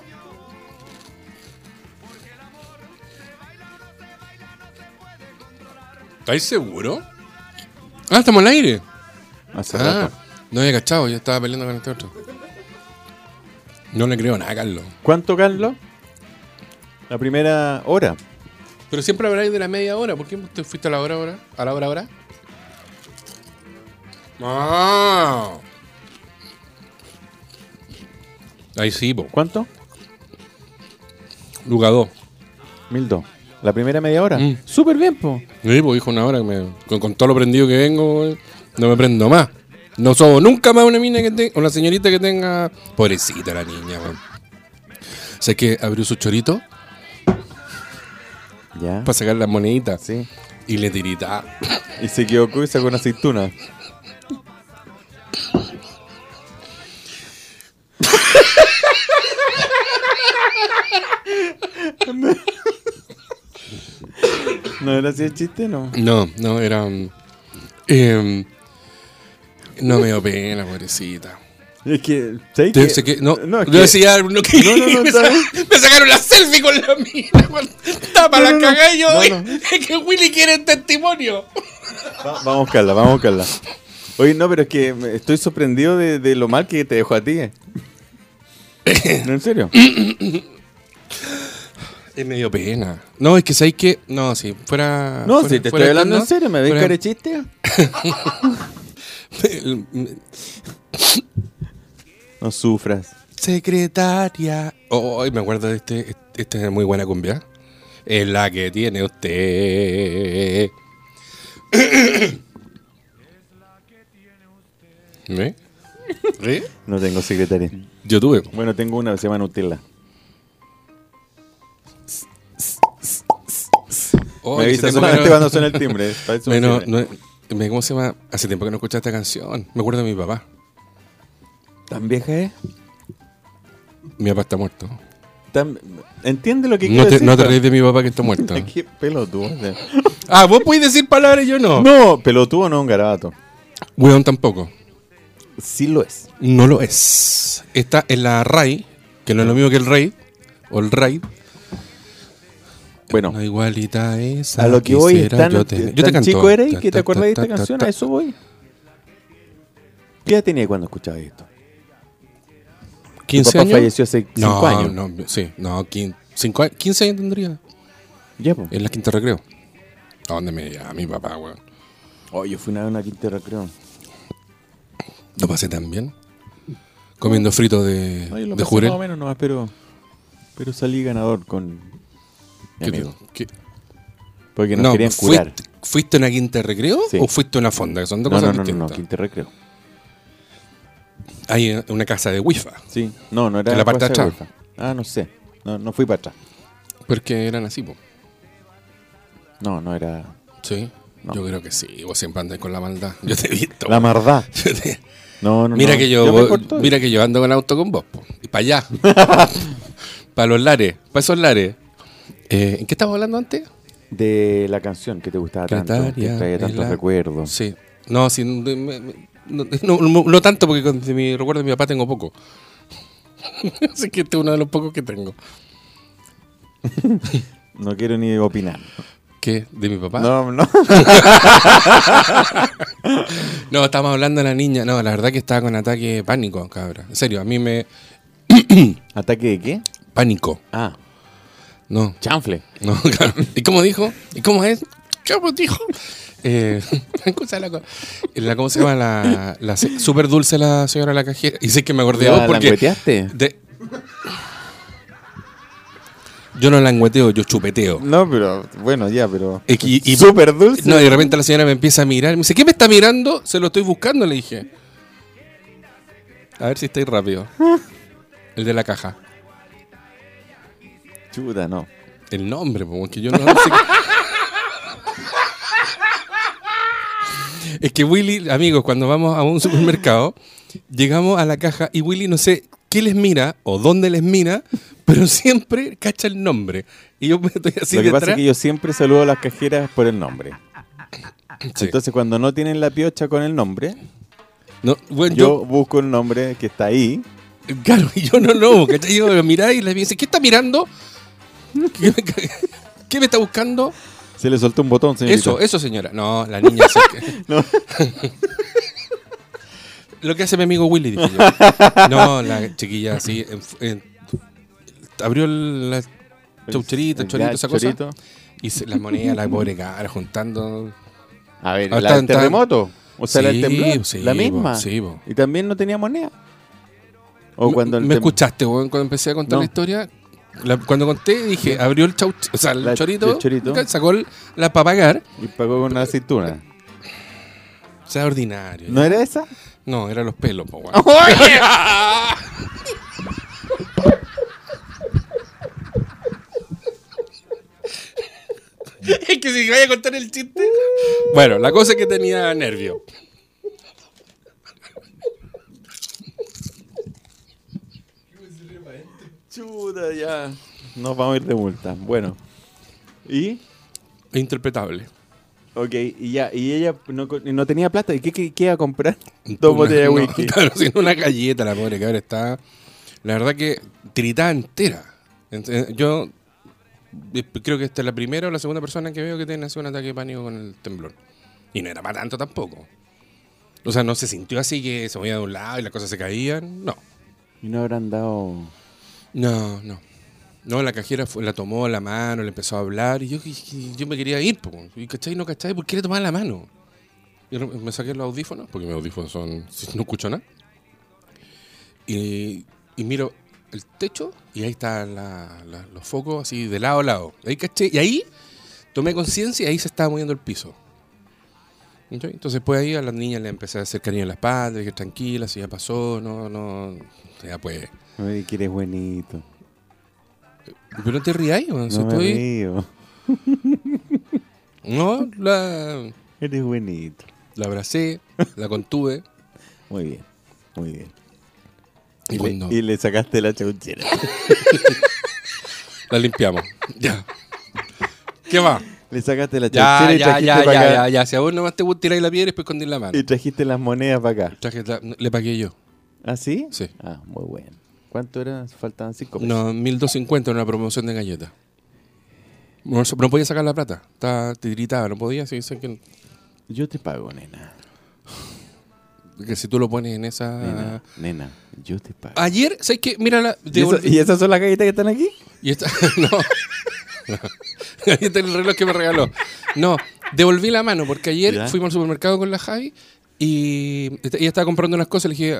Speaker 3: ¿Estáis seguros? Ah, estamos al aire.
Speaker 4: Hace
Speaker 3: Ah,
Speaker 4: rato.
Speaker 3: no había cachado, yo estaba peleando con este otro. No le creo nada, Carlos.
Speaker 4: ¿Cuánto, Carlos? La primera hora.
Speaker 3: Pero siempre habláis de la media hora. ¿Por qué te fuiste a la hora ahora? ¿A la hora ahora? Ah. Ahí sí, po.
Speaker 4: ¿Cuánto?
Speaker 3: Lugador.
Speaker 4: 1002. La primera media hora.
Speaker 3: Mm.
Speaker 4: Súper bien, po.
Speaker 3: Sí, pues dijo una hora que con todo lo prendido que vengo, güey, no me prendo más. No sobo nunca más una mina que una señorita que tenga. Pobrecita la niña, güey. O sea, que abrió su chorito
Speaker 4: Ya.
Speaker 3: para sacar las moneditas
Speaker 4: Sí.
Speaker 3: y le tirita.
Speaker 4: Y se equivocó y sacó una aceituna. ¿No era así el chiste? No.
Speaker 3: No, era. No me dio pena, pobrecita.
Speaker 4: Es que, ¿sabes
Speaker 3: Yo
Speaker 4: qué?
Speaker 3: sé que, no,
Speaker 4: no, es
Speaker 3: yo
Speaker 4: que-
Speaker 3: decía, no, que
Speaker 4: No,
Speaker 3: me,
Speaker 4: está bien.
Speaker 3: me sacaron la selfie con la mina. Estaba para
Speaker 4: No,
Speaker 3: la cagada y yo.
Speaker 4: no.
Speaker 3: Es que Willy quiere testimonio.
Speaker 4: Vamos a buscarla, vamos a buscarla. Oye, no, pero es que estoy sorprendido de lo mal que te dejó a ti. ¿No, en serio?
Speaker 3: Es medio pena. No, es que sabéis que. No, si fuera.
Speaker 4: No,
Speaker 3: fuera-
Speaker 4: si te
Speaker 3: fuera
Speaker 4: estoy hablando
Speaker 3: ¿no?
Speaker 4: en serio, ¿me ves
Speaker 3: Fuera-
Speaker 4: cara de chiste? No sufras.
Speaker 3: Secretaria. Oh, me acuerdo de este es muy buena cumbia. Es la que tiene usted. ¿Ve? ¿Ve?
Speaker 4: No tengo secretaria.
Speaker 3: Yo tuve.
Speaker 4: Bueno, tengo una que se llama Nutella.
Speaker 3: Oh,
Speaker 4: Me
Speaker 3: ese
Speaker 4: avisa
Speaker 3: tiempo
Speaker 4: solamente
Speaker 3: que no-
Speaker 4: cuando suena el timbre. Para eso me
Speaker 3: Bueno,
Speaker 4: sirve.
Speaker 3: ¿cómo se llama? Hace tiempo que no escuché esta canción. Me acuerdo de mi papá.
Speaker 4: ¿Tan vieja es?
Speaker 3: Mi papá está muerto.
Speaker 4: ¿Entiende lo que
Speaker 3: No
Speaker 4: quiero
Speaker 3: te,
Speaker 4: decir?
Speaker 3: no te reís de mi papá que está muerto.
Speaker 4: Qué pelotudo.
Speaker 3: Ah, vos podés decir palabras y yo no.
Speaker 4: No, pelotudo no es un garabato.
Speaker 3: Weón tampoco.
Speaker 4: Sí lo es.
Speaker 3: No lo es. Está en la RAI, que no es lo mismo que el RAID, o el RAID.
Speaker 4: Bueno,
Speaker 3: Una igualita esa.
Speaker 4: a lo que voy,
Speaker 3: quisiera
Speaker 4: tan,
Speaker 3: yo tener. Yo te
Speaker 4: tan
Speaker 3: canto.
Speaker 4: chico eres
Speaker 3: Ta,
Speaker 4: que te
Speaker 3: ta,
Speaker 4: acuerdas de
Speaker 3: ta,
Speaker 4: esta
Speaker 3: ta,
Speaker 4: canción,
Speaker 3: ta,
Speaker 4: a eso voy. ¿Qué edad tenía cuando escuchabas esto?
Speaker 3: 15
Speaker 4: Tu papá
Speaker 3: años.
Speaker 4: falleció hace 5 años.
Speaker 3: No, sí, no, 15 años tendría.
Speaker 4: Ya, pues.
Speaker 3: En la quinta recreo. ¿A dónde me lleva mi papá, weón?
Speaker 4: Oh, yo fui una vez a una quinta de recreo.
Speaker 3: Lo pasé tan bien. Comiendo frito de,
Speaker 4: No, yo lo
Speaker 3: de
Speaker 4: pasé
Speaker 3: jurel.
Speaker 4: más o menos nomás, pero salí ganador con mi amigo.
Speaker 3: ¿Qué?
Speaker 4: Porque nos querían curar.
Speaker 3: ¿Fuiste a una quinta de recreo
Speaker 4: Sí.
Speaker 3: o fuiste a una fonda? Que son dos
Speaker 4: No,
Speaker 3: cosas
Speaker 4: no,
Speaker 3: distintas.
Speaker 4: quinta de recreo.
Speaker 3: Hay una casa de wifi.
Speaker 4: Sí. No era
Speaker 3: En la parte de
Speaker 4: cosa
Speaker 3: atrás.
Speaker 4: UEFA. Ah, no sé. No fui para atrás.
Speaker 3: Porque eran así, po.
Speaker 4: No era...
Speaker 3: Sí.
Speaker 4: No.
Speaker 3: Yo creo que sí. Vos siempre andas con la maldad. Yo te he visto.
Speaker 4: La maldad.
Speaker 3: Yo te-
Speaker 4: No.
Speaker 3: Mira que
Speaker 4: me
Speaker 3: yo,
Speaker 4: porto
Speaker 3: mira que yo ando con auto con vos, po. Y para allá. Para los lares. Para esos lares. ¿En qué estábamos hablando antes?
Speaker 4: de la canción que te gustaba tanto, que traía tantos recuerdos.
Speaker 3: Sí. No, sí, no tanto porque con de mi recuerdo de mi papá tengo poco. Así que este es uno de los pocos que tengo.
Speaker 4: No quiero ni opinar.
Speaker 3: ¿Qué? ¿De mi papá?
Speaker 4: No.
Speaker 3: No, estábamos hablando de la niña. No, la verdad que estaba con ataque de pánico, cabra. En serio, a mí me...
Speaker 4: ¿Ataque de qué?
Speaker 3: Pánico.
Speaker 4: Ah,
Speaker 3: No,
Speaker 4: chanfle.
Speaker 3: no, claro. ¿Y cómo dijo? ¿Y cómo es? ¿Cómo dijo? ¿Cómo se llama? La súper dulce la señora la cajera. Y sé que me acordé de vos
Speaker 4: ¿La
Speaker 3: porque...
Speaker 4: langueteaste?
Speaker 3: Yo no langueteo, yo chupeteo.
Speaker 4: No, pero bueno, ya, pero...
Speaker 3: Y
Speaker 4: súper dulce.
Speaker 3: No, y de repente la señora me empieza a mirar. Me dice, ¿qué me está mirando? Se lo estoy buscando, le dije. A ver si estáis rápido. El de la caja.
Speaker 4: Chuta, no.
Speaker 3: El nombre, porque yo no sé Es que Willy, amigos, cuando vamos a un supermercado, llegamos a la caja y Willy no sé qué les mira o dónde les mira, pero siempre cacha el nombre. Y yo me estoy así
Speaker 4: Lo que
Speaker 3: detrás.
Speaker 4: pasa es que yo siempre saludo a las cajeras por el nombre.
Speaker 3: Sí.
Speaker 4: Entonces, cuando no tienen la piocha con el nombre,
Speaker 3: No, bueno,
Speaker 4: yo busco el nombre que está ahí.
Speaker 3: Claro, y yo no, ¿cachai? Yo lo miré y le dice, ¿qué está mirando? ¿Qué me está buscando?
Speaker 4: Se le soltó un botón, señorita.
Speaker 3: Eso, señora. No, la niña sí que...
Speaker 4: No.
Speaker 3: Lo que hace mi amigo Willy, dije yo. No, la chiquilla así abrió la chaucherita, el chorito, esa cosa.
Speaker 4: Chorito.
Speaker 3: Y las monedas, la pobre cara, juntando.
Speaker 4: A ver,
Speaker 3: Ahora
Speaker 4: ¿la del
Speaker 3: están-
Speaker 4: terremoto? O sea, la del
Speaker 3: Sí,
Speaker 4: temblor.
Speaker 3: sí,
Speaker 4: la misma.
Speaker 3: sí, bo.
Speaker 4: Y también no tenía moneda. O cuando el
Speaker 3: ¿Me
Speaker 4: tem-
Speaker 3: escuchaste, weón, cuando empecé a contar
Speaker 4: No.
Speaker 3: la historia? Cuando conté, dije, abrió el o sea, el chorito,
Speaker 4: el chorito.
Speaker 3: sacó la para pagar.
Speaker 4: Y pagó con una aceituna.
Speaker 3: O sea, ordinario.
Speaker 4: ¿No era esa?
Speaker 3: No, eran los pelos, po, weón. Es que si vaya a contar el chiste. Bueno, la cosa es que tenía nervio.
Speaker 4: Chuta, ya. Nos vamos a ir de multa. Bueno. ¿Y?
Speaker 3: Es interpretable.
Speaker 4: Ok, y ya. Y ella no tenía plata. ¿Y qué iba a comprar? Dos botellas de
Speaker 3: No,
Speaker 4: whisky.
Speaker 3: claro, sino una galleta, la pobre cabra está. La verdad que tiritada entera. Yo creo que esta es la primera o la segunda persona que veo que tiene así un ataque de pánico con el temblor. Y no era para tanto tampoco. O sea, no se sintió así que se movía de un lado y las cosas se caían. No.
Speaker 4: Y no habrán dado...
Speaker 3: No. No, la cajera la tomó la mano, le empezó a hablar y yo me quería ir. Y ¿cachai? No, ¿cachai? ¿Por qué le tomaba la mano? Y me saqué los audífonos, porque mis audífonos son... no escucho nada. Y miro el techo y ahí están los focos así de lado a lado. Ahí caché, y ahí tomé conciencia y ahí se estaba moviendo el piso. ¿Okay? Entonces pues ahí a las niñas le empecé a hacer cariño en la espalda, dije tranquila, si ya pasó, no, ya pues.
Speaker 4: Ay, que eres buenito.
Speaker 3: Pero no te rías, weón, si
Speaker 4: No me
Speaker 3: estoy...
Speaker 4: río.
Speaker 3: No, la
Speaker 4: Eres buenito.
Speaker 3: abracé, la contuve.
Speaker 4: Muy bien, muy bien.
Speaker 3: Y cuando
Speaker 4: Y le sacaste la chauchera.
Speaker 3: la limpiamos. Ya. ¿Qué va?
Speaker 4: Le sacaste la chauchera
Speaker 3: Ya,
Speaker 4: y trajiste para acá.
Speaker 3: ya. Si a vos nomás te tiráis la piedra y después escondís la mano.
Speaker 4: Y trajiste las monedas para acá.
Speaker 3: Le pagué yo.
Speaker 4: ¿Ah, sí?
Speaker 3: Sí.
Speaker 4: Ah, muy bueno. ¿Cuánto era? Faltaban 5 pesos.
Speaker 3: No, 1.250 en una promoción de galletas. No podía sacar la plata. Estaba tiritaba, no podía. Así que
Speaker 4: Yo te pago, nena.
Speaker 3: si tú lo pones en esa...
Speaker 4: Nena, yo te pago.
Speaker 3: Ayer, ¿sabes qué? Mírala.
Speaker 4: ¿Y esas son las galletas que están aquí?
Speaker 3: Y esta... no. Ahí está el reloj que me regaló. No, devolví la mano porque ayer
Speaker 4: ¿Ya?
Speaker 3: fuimos al supermercado con la Javi y ella estaba comprando unas cosas. Le dije,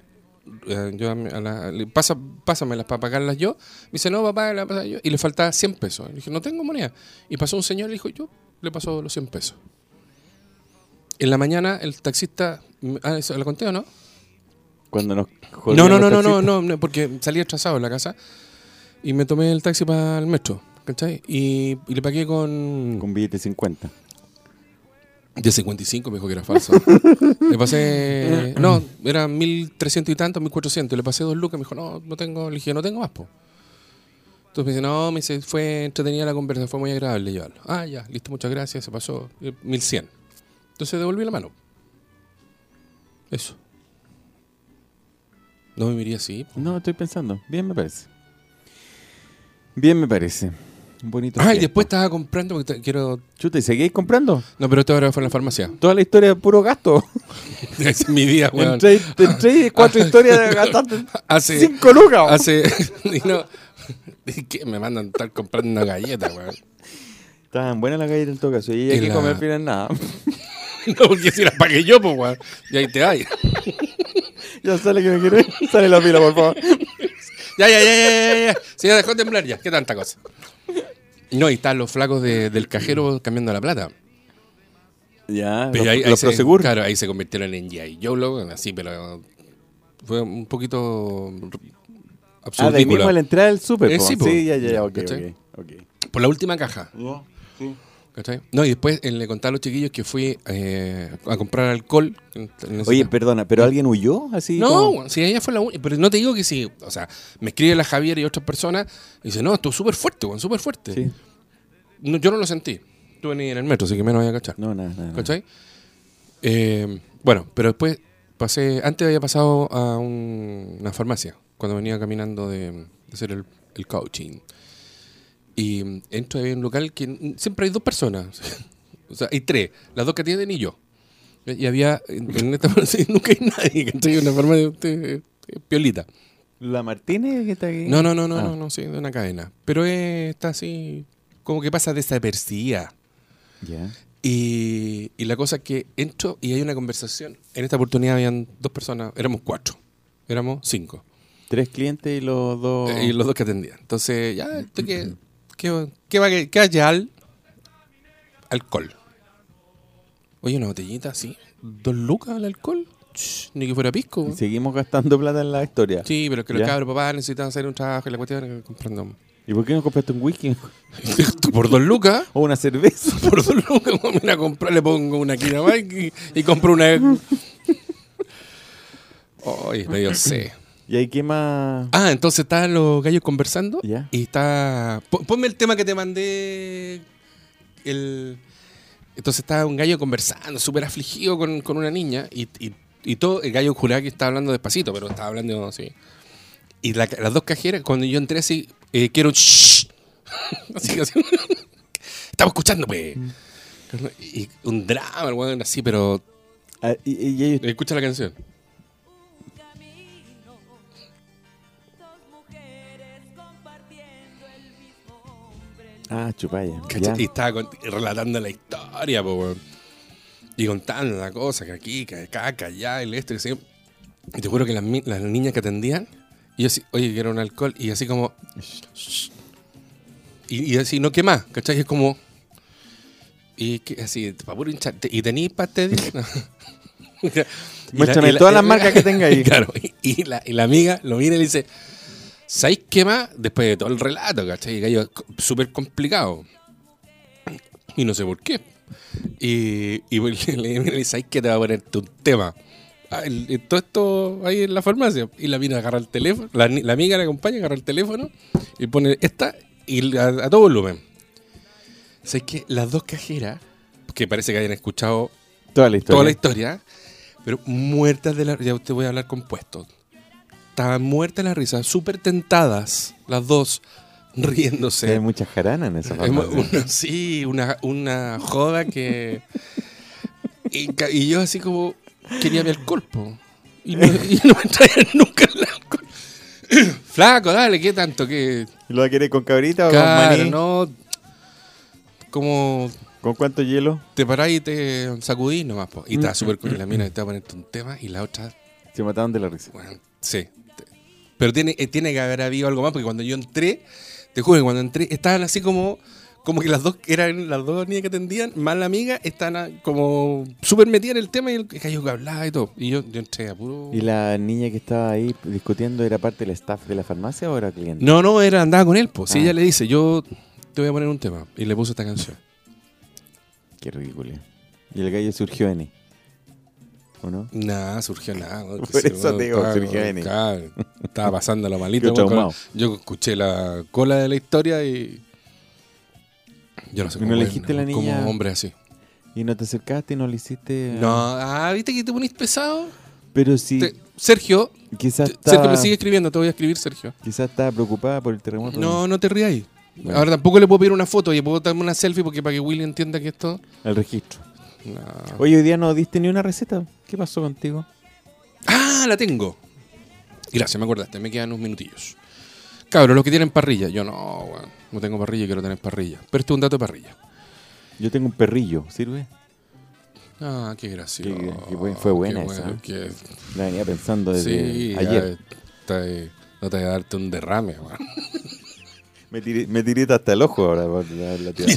Speaker 3: pásamelas para pagarlas yo. Me dice, no, papá, las paso yo. Y le faltaba 100 pesos. Le dije, no tengo moneda. Y pasó un señor y le dijo, yo le paso los 100 pesos. En la mañana el taxista, ¿eso la conté o no?
Speaker 4: Cuando nos jodían los taxistas.
Speaker 3: No, porque salí atrasado en la casa y me tomé el taxi para el metro, ¿cachai? Y le pagué con
Speaker 4: Con billete 50.
Speaker 3: de 55, me dijo que era falso. Le pasé, no, eran 1.300 y tanto, 1.400, le pasé 2 lucas, me dijo, no tengo, le dije, no tengo más, po. Entonces me dice, no, me dice, fue entretenida la conversación, fue muy agradable llevarlo. Ah, ya, listo, muchas gracias, se pasó, 1.100. Entonces devolví la mano. Eso. No me miría así, po.
Speaker 4: No, estoy pensando. Bien me parece. Bien me parece. Un bonito
Speaker 3: Y
Speaker 4: gesto.
Speaker 3: después estaba comprando, porque quiero...
Speaker 4: Chuta, ¿y seguís comprando?
Speaker 3: No, pero esto ahora fue en la farmacia.
Speaker 4: Toda la historia de puro gasto.
Speaker 3: Es mi día, weón.
Speaker 4: Entré 4 historias de gastaste
Speaker 3: Hace...
Speaker 4: 5 lucas.
Speaker 3: Hace... y no... ¿Y qué? Me mandan a estar comprando una galleta, weón.
Speaker 4: Estaban buenas las galletas en todo caso. Y ella
Speaker 3: Y
Speaker 4: hay que
Speaker 3: la-
Speaker 4: comer al final nada.
Speaker 3: No, porque si las pagué yo, pues, weón. Y ahí te hay.
Speaker 4: Ya sale que me quiere. Sale la pila, por favor.
Speaker 3: Ya. Se ya dejó de temblar ya. ¿Qué tanta cosa? No, y están los flacos del cajero cambiando la plata.
Speaker 4: Ya,
Speaker 3: Pero ahí
Speaker 4: los
Speaker 3: se,
Speaker 4: Prosegur.
Speaker 3: claro, ahí se convirtieron en G.I. Joe, loco, así, pero fue un poquito
Speaker 4: Ah, de ahí mismo a la
Speaker 3: absurdícula.
Speaker 4: entrada del súper.
Speaker 3: Sí, po.
Speaker 4: Sí, ya, ok.
Speaker 3: ¿Cachai? Por la última caja.
Speaker 4: Sí.
Speaker 3: ¿Cachai? No, y después le conté a los chiquillos que fui a comprar alcohol.
Speaker 4: Oye, perdona, ¿pero alguien huyó? Así
Speaker 3: No,
Speaker 4: como-
Speaker 3: si ella fue la única. Pero no te digo que sí. O sea, me escribe la Javier y otras personas. Y dice, no, esto es súper fuerte, weón, súper fuerte.
Speaker 4: Sí.
Speaker 3: No, yo no lo sentí. Estuve ni en el metro, así que menos voy a cachar.
Speaker 4: No, nada.
Speaker 3: ¿Cachai? Bueno, pero después pasé. Antes había pasado a una farmacia. Cuando venía caminando de hacer el coaching. Y entro a un local que siempre hay 2 personas. O sea, hay 3. Las 2 que atienden y yo. Y había, en esta farmacia nunca hay nadie. ¿Cachai? Una farmacia piolita.
Speaker 4: ¿La Martínez que está aquí?
Speaker 3: No,
Speaker 4: Ah,
Speaker 3: sí, de una cadena. Pero está así, como que pasa desapercibida.
Speaker 4: Ya.
Speaker 3: Y la cosa es que entro y hay una conversación. En esta oportunidad habían 2 personas, éramos 4. Éramos 5.
Speaker 4: 3 clientes y los 2.
Speaker 3: Y los 2 que atendían. Entonces, ya, esto ¿qué hay al alcohol? Oye, una botellita así, 2 lucas al alcohol. Ni que fuera pisco.
Speaker 4: Y seguimos gastando plata en la historia.
Speaker 3: Sí, pero que los
Speaker 4: ¿Ya?
Speaker 3: cabros papás necesitan hacer un trabajo y la cuestión comprando.
Speaker 4: ¿Y por qué no compraste un whisky?
Speaker 3: Tú por 2 lucas.
Speaker 4: ¿O una cerveza?
Speaker 3: Por 2 lucas, vamos a ir a comprar, le pongo una quina más y compro una. Ay, medio sé.
Speaker 4: ¿Y ahí qué más?
Speaker 3: Ah, entonces estaban los gallos conversando.
Speaker 4: Ya.
Speaker 3: Y está. Ponme el tema que te mandé. Entonces estaba un gallo conversando, súper afligido con una niña. Y todo, el gallo juraba que estaba hablando despacito, pero estaba hablando así. Y las 2 cajeras, cuando yo entré así, quiero. Shh. Así. Estamos escuchando, pues. Y un drama, el weón, así, pero.
Speaker 4: Ah, y ellos...
Speaker 3: Escucha la canción.
Speaker 4: Ah, chupalla.
Speaker 3: ¿Cachai?
Speaker 4: Ya.
Speaker 3: Y estaba relatando la historia, po, weón. Y contando la cosa, que aquí, que acá, que allá, el esto, que se... Y te juro que las niñas que atendían, y yo así, oye, quiero un alcohol, y así como... Shh. Y así, no, ¿qué más? ¿Cachai? Es como... Y que, así, para puro hinchar. ¿Y tenís pastel?
Speaker 4: Muéstrame todas las marcas que tenga ahí.
Speaker 3: Claro, y la amiga lo mira y le dice... ¿Sabéis qué más? Después de todo el relato, ¿cachai? El gallo súper complicado. Y no sé por qué. Y le dice, ¿sabéis qué? Te va a ponerte un tema. Todo esto ahí en la farmacia. Y la mina agarra el teléfono. La amiga la acompaña, agarra el teléfono y pone esta y a todo volumen. ¿Sabéis qué? Las 2 cajeras, que parece que hayan escuchado
Speaker 4: Toda la historia.
Speaker 3: toda la historia, pero muertas de la... Ya te voy a hablar compuestos. Estaban muertas de la risa, súper tentadas, las 2, riéndose.
Speaker 4: Hay muchas jaranas en esa farmacia.
Speaker 3: Sí, una joda que... Y yo así como quería mi alcohol, po. Y no me traían nunca el alcohol. Flaco, dale, ¿qué tanto? ¿Qué?
Speaker 4: ¿Lo va a querer con cabrita o
Speaker 3: Claro,
Speaker 4: con maní?
Speaker 3: no... Como
Speaker 4: ¿Con cuánto hielo?
Speaker 3: Te parás y te sacudís nomás, po. Y está súper cool. La mina te va a ponerte un tema y la otra,
Speaker 4: Se mataron de la risa.
Speaker 3: bueno, sí. Pero tiene que haber habido algo más, porque cuando yo entré, te juro que cuando entré, estaban así como que las dos niñas que atendían, más la amiga, estaban como súper metidas en el tema y el gallo que hablaba y todo. Y yo entré a puro...
Speaker 4: ¿Y la niña que estaba ahí discutiendo era parte del staff de la farmacia o era cliente?
Speaker 3: No, andaba con él, pues. Si
Speaker 4: Ah.
Speaker 3: ella le dice, yo te voy a poner un tema. Y le puso esta canción.
Speaker 4: Qué ridículo. Y el gallo surgió en ¿o no?
Speaker 3: Nada, surgió nada. weón, que
Speaker 4: Por
Speaker 3: sí,
Speaker 4: eso
Speaker 3: weón,
Speaker 4: te digo,
Speaker 3: claro,
Speaker 4: surgió N.
Speaker 3: claro, estaba pasando lo malito.
Speaker 4: Quedó
Speaker 3: weón,
Speaker 4: traumado.
Speaker 3: yo escuché la cola de la historia y... Yo no sé
Speaker 4: ¿Y no
Speaker 3: cómo,
Speaker 4: le
Speaker 3: weón,
Speaker 4: dijiste a la
Speaker 3: como
Speaker 4: niña?
Speaker 3: hombre así.
Speaker 4: ¿Y no te acercaste y no le hiciste?
Speaker 3: No, ¿viste que te ponís pesado?
Speaker 4: Pero sí,
Speaker 3: Sergio,
Speaker 4: quizás
Speaker 3: Sergio
Speaker 4: estaba,
Speaker 3: me sigue escribiendo, te voy a escribir, Sergio.
Speaker 4: quizás estaba preocupada por el terremoto.
Speaker 3: No te rías.
Speaker 4: Bueno.
Speaker 3: Ahora tampoco le puedo pedir una foto y puedo darme una selfie porque para que Willy entienda que esto...
Speaker 4: El registro.
Speaker 3: No.
Speaker 4: Oye, hoy día no diste ni una receta. ¿Qué pasó contigo?
Speaker 3: ¡Ah, la tengo! Gracias, me acordaste, me quedan unos minutillos. Cabros, los que tienen parrilla. Yo no, weón, no tengo parrilla, quiero tener parrilla. Pero este es un dato de parrilla.
Speaker 4: Yo tengo un perrillo, ¿sirve?
Speaker 3: Ah, qué gracioso.
Speaker 4: Fue buena
Speaker 3: Qué
Speaker 4: esa,
Speaker 3: bueno,
Speaker 4: ¿eh? La venía pensando desde
Speaker 3: Sí,
Speaker 4: ayer.
Speaker 3: no te voy a darte un derrame, weón.
Speaker 4: Me tiré hasta el ojo ahora por la tía.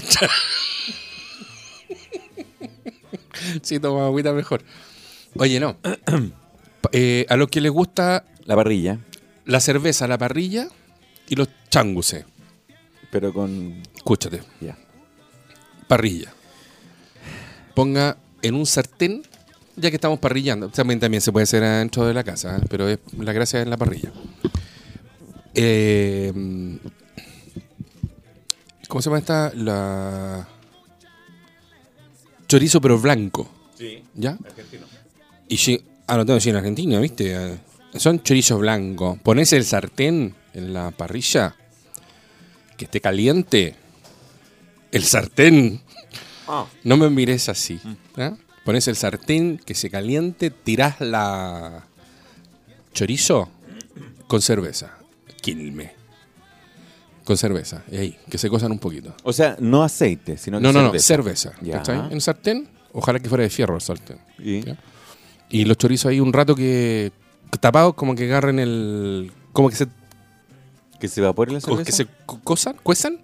Speaker 3: Sí, toma agüita mejor. Oye, no. A los que les gusta
Speaker 4: La parrilla,
Speaker 3: la cerveza, la parrilla y los changuses.
Speaker 4: pero con...
Speaker 3: Escúchate.
Speaker 4: Ya.
Speaker 3: Parrilla. Ponga en un sartén, ya que estamos parrillando. También se puede hacer dentro de la casa, ¿eh? Pero la gracia es en la parrilla. ¿Cómo se llama esta? La chorizo pero blanco.
Speaker 4: Sí.
Speaker 3: ¿Ya? Y lo tengo así en Argentina, ¿viste? Son chorizo blanco. Pones el sartén en la parrilla, que esté caliente. El sartén. No me mires así. ¿eh? Pones el sartén que se caliente, tirás la chorizo con cerveza. Quilme. Con cerveza. Y ahí, que se cosan un poquito.
Speaker 4: O sea, no aceite, sino que
Speaker 3: No, cerveza.
Speaker 4: Ya.
Speaker 3: ¿Cachai? En sartén, ojalá que fuera de fierro el sartén.
Speaker 4: ¿Y?
Speaker 3: ¿Ya? Y los chorizos ahí un rato que tapados como que agarren el... Como que se,
Speaker 4: ¿Que se evapore la cerveza?
Speaker 3: que se cuezan.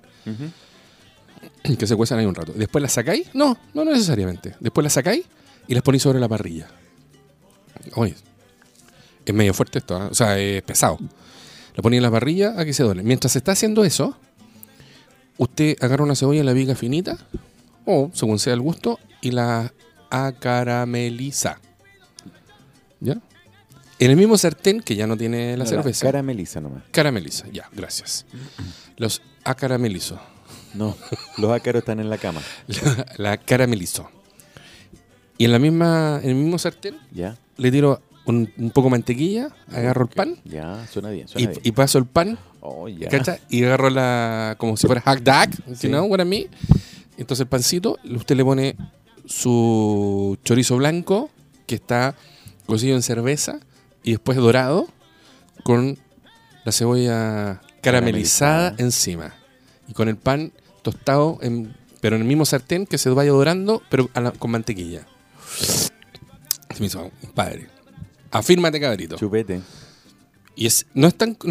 Speaker 4: Ujú.
Speaker 3: Que se cuezan ahí un rato. Después las sacáis. No necesariamente. Después las sacáis y las ponéis sobre la parrilla. Oye, es medio fuerte esto, ¿eh? O sea, es pesado. Lo ponéis en la parrilla a que se doble. Mientras se está haciendo eso, usted agarra una cebolla, la pica finita, o según sea el gusto, y la acarameliza. ¿Ya? En el mismo sartén, que ya no tiene la cerveza.
Speaker 4: Carameliza nomás.
Speaker 3: Carameliza, ya, gracias. Los acaramelizo.
Speaker 4: No, los ácaros están en la cama.
Speaker 3: La caramelizo. Y en el mismo sartén
Speaker 4: ¿Ya?
Speaker 3: le tiro un poco de mantequilla, agarro el pan
Speaker 4: Ya, suena bien, suena bien.
Speaker 3: y paso el pan,
Speaker 4: Oh, ya.
Speaker 3: ¿cachai? Y agarro como si fuera hack dog,
Speaker 4: Sí.
Speaker 3: you know what I mean? Entonces el pancito, usted le pone su chorizo blanco, que está cocido en cerveza, y después dorado, con la cebolla caramelizada encima. Y con el pan tostado, pero en el mismo sartén, que se vaya dorando, pero con mantequilla. Se me hizo un padre. Afírmate, cabrito.
Speaker 4: Chupete.
Speaker 3: Y no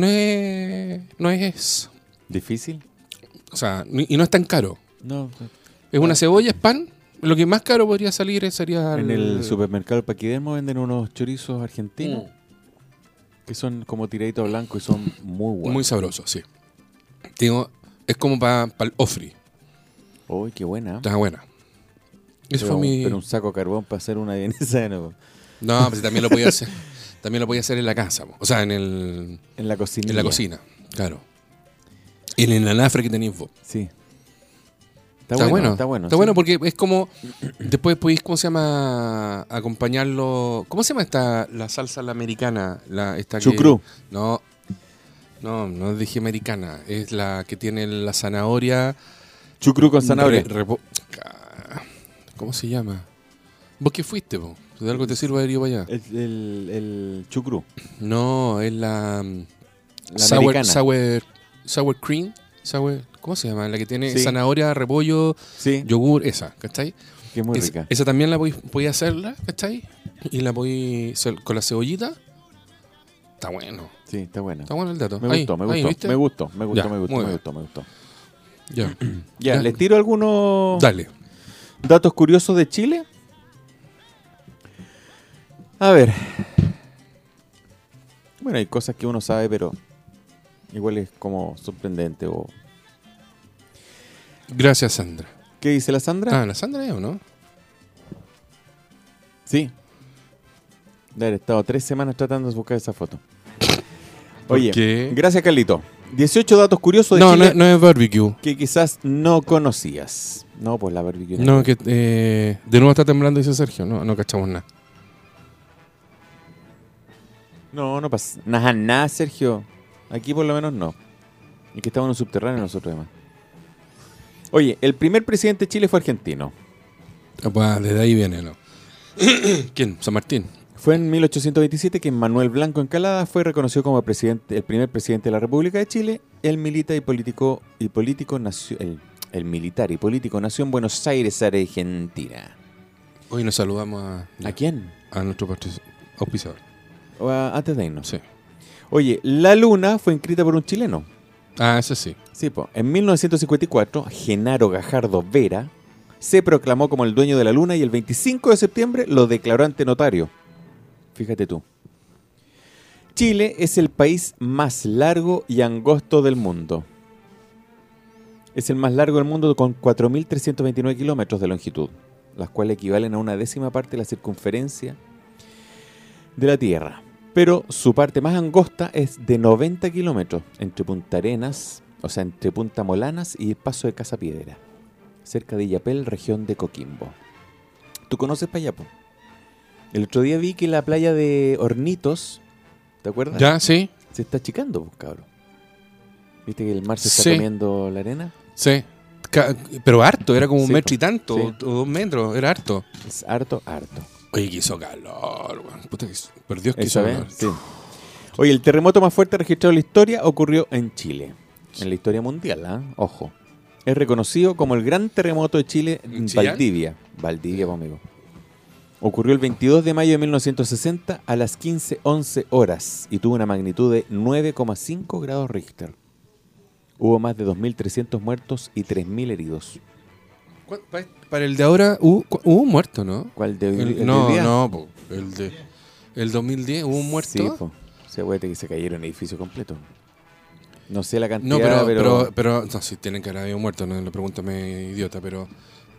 Speaker 3: es,
Speaker 4: ¿Difícil?
Speaker 3: o sea, y no es tan caro.
Speaker 4: No.
Speaker 3: Es una cebolla, es pan. Lo que más caro podría salir sería
Speaker 4: En el supermercado Paquidermo venden unos chorizos argentinos que son como tiraditos blancos y son muy buenos.
Speaker 3: muy sabroso, sí. Digo, es como para el ofri.
Speaker 4: Uy, qué buena.
Speaker 3: Está buena. Eso
Speaker 4: Pero,
Speaker 3: fue mi...
Speaker 4: pero un saco de carbón para hacer una vienesa de nuevo.
Speaker 3: No, pues también lo podía hacer. También lo podía hacer en la casa, po. O sea, en
Speaker 4: En la cocina.
Speaker 3: la cocina, claro. En el anafre que tenéis vos.
Speaker 4: Sí.
Speaker 3: Está bueno.
Speaker 4: Está bueno.
Speaker 3: Está
Speaker 4: sí.
Speaker 3: bueno porque es como... Después podéis, ¿cómo se llama? Acompañarlo... ¿Cómo se llama la salsa la americana? Esta que-
Speaker 4: Chucrú.
Speaker 3: No dije americana. Es la que tiene la zanahoria...
Speaker 4: Chucrú con zanahoria.
Speaker 3: ¿Cómo se llama? ¿Vos qué fuiste, po? ¿De algo te sirve haber ido para allá?
Speaker 4: El chucrú.
Speaker 3: No, es la...
Speaker 4: La americana.
Speaker 3: Sour cream. Esa güey, ¿cómo se llama? La que tiene
Speaker 4: Sí.
Speaker 3: zanahoria, repollo,
Speaker 4: Sí,
Speaker 3: yogur, esa, ¿cachai?
Speaker 4: que es muy rica.
Speaker 3: Esa también la podía hacerla, ¿cachai? Y la podía hacer con la cebollita. Está bueno.
Speaker 4: Sí, está buena.
Speaker 3: Está bueno el dato.
Speaker 4: Me
Speaker 3: Ahí,
Speaker 4: gustó, me
Speaker 3: ahí,
Speaker 4: gustó,
Speaker 3: ¿viste?
Speaker 4: me gustó, me gustó,
Speaker 3: Ya,
Speaker 4: me gustó,
Speaker 3: muy
Speaker 4: me
Speaker 3: bien.
Speaker 4: gustó, me gustó.
Speaker 3: Ya.
Speaker 4: Ya, les tiro algunos
Speaker 3: Dale.
Speaker 4: datos curiosos de Chile. A ver. Bueno, hay cosas que uno sabe, pero igual es como sorprendente.
Speaker 3: Gracias, Sandra.
Speaker 4: ¿Qué dice la Sandra?
Speaker 3: Ah, ¿la Sandra es o no?
Speaker 4: Sí. De haber estado 3 semanas tratando de buscar esa foto.
Speaker 3: ¿Por
Speaker 4: Oye,
Speaker 3: qué?
Speaker 4: gracias, Carlito. 18 datos curiosos de
Speaker 3: No,
Speaker 4: Chile
Speaker 3: no es barbecue.
Speaker 4: que quizás no conocías. No, pues la barbecue.
Speaker 3: No, que de nuevo está temblando, dice Sergio. No cachamos nada.
Speaker 4: No pasa nada, Sergio. Aquí por lo menos no. Es que estamos en un subterráneo nosotros además. Oye, el primer presidente de Chile fue argentino.
Speaker 3: Ah, pues, desde ahí viene, ¿no? ¿Quién? San Martín.
Speaker 4: Fue en 1827 que Manuel Blanco Encalada fue reconocido como el primer presidente de la República de Chile. El militar y político nació nació en Buenos Aires, Argentina.
Speaker 3: Hoy nos saludamos
Speaker 4: ¿A quién?
Speaker 3: a nuestro auspiciador.
Speaker 4: Antes de irnos.
Speaker 3: Sí.
Speaker 4: Oye, la luna fue inscrita por un chileno.
Speaker 3: Ah, ese sí.
Speaker 4: Sí, po. En 1954, Genaro Gajardo Vera se proclamó como el dueño de la luna y el 25 de septiembre lo declaró ante notario. Fíjate tú. Chile es el país más largo y angosto del mundo. Es el más largo del mundo con 4.329 kilómetros de longitud, las cuales equivalen a una 10ª parte de la circunferencia de la Tierra. Pero su parte más angosta es de 90 kilómetros entre Punta Arenas, o sea, entre Punta Molanas y el Paso de Casa Piedra, cerca de Illapel, región de Coquimbo. ¿Tú conoces Payapo? El otro día vi que la playa de Hornitos, ¿te acuerdas?
Speaker 3: ¿Ya? Sí.
Speaker 4: Se está achicando, pues, cabrón. ¿Viste que el mar se está
Speaker 3: Sí.
Speaker 4: comiendo la arena?
Speaker 3: Sí. Pero harto, era como un
Speaker 4: Sí,
Speaker 3: metro y tanto,
Speaker 4: sí.
Speaker 3: o 2 metros, era harto.
Speaker 4: Es harto.
Speaker 3: Oye, que hizo calor, weón. Puta que por Dios que
Speaker 4: ¿Esa
Speaker 3: hizo
Speaker 4: vez?
Speaker 3: calor.
Speaker 4: Sí. Oye, el terremoto más fuerte registrado en la historia ocurrió en Chile. En la historia mundial, ¿ah? Ojo. Es reconocido como el gran terremoto de Chile en
Speaker 3: ¿En Chillán?
Speaker 4: Valdivia. Valdivia, pues, amigo. Ocurrió el 22 de mayo de 1960 a las 15:11 horas y tuvo una magnitud de 9,5 grados Richter. Hubo más de 2.300 muertos y 3.000 heridos.
Speaker 3: Para el de ahora hubo un muerto, ¿no?
Speaker 4: ¿Cuál de
Speaker 3: El 2010 hubo un muerto.
Speaker 4: Sí, po. Se acuérdate que se cayeron edificios completos. No sé la cantidad,
Speaker 3: No,
Speaker 4: pero...
Speaker 3: pero no, sí, tienen que haber habido muertos, no le pregúntame, idiota, pero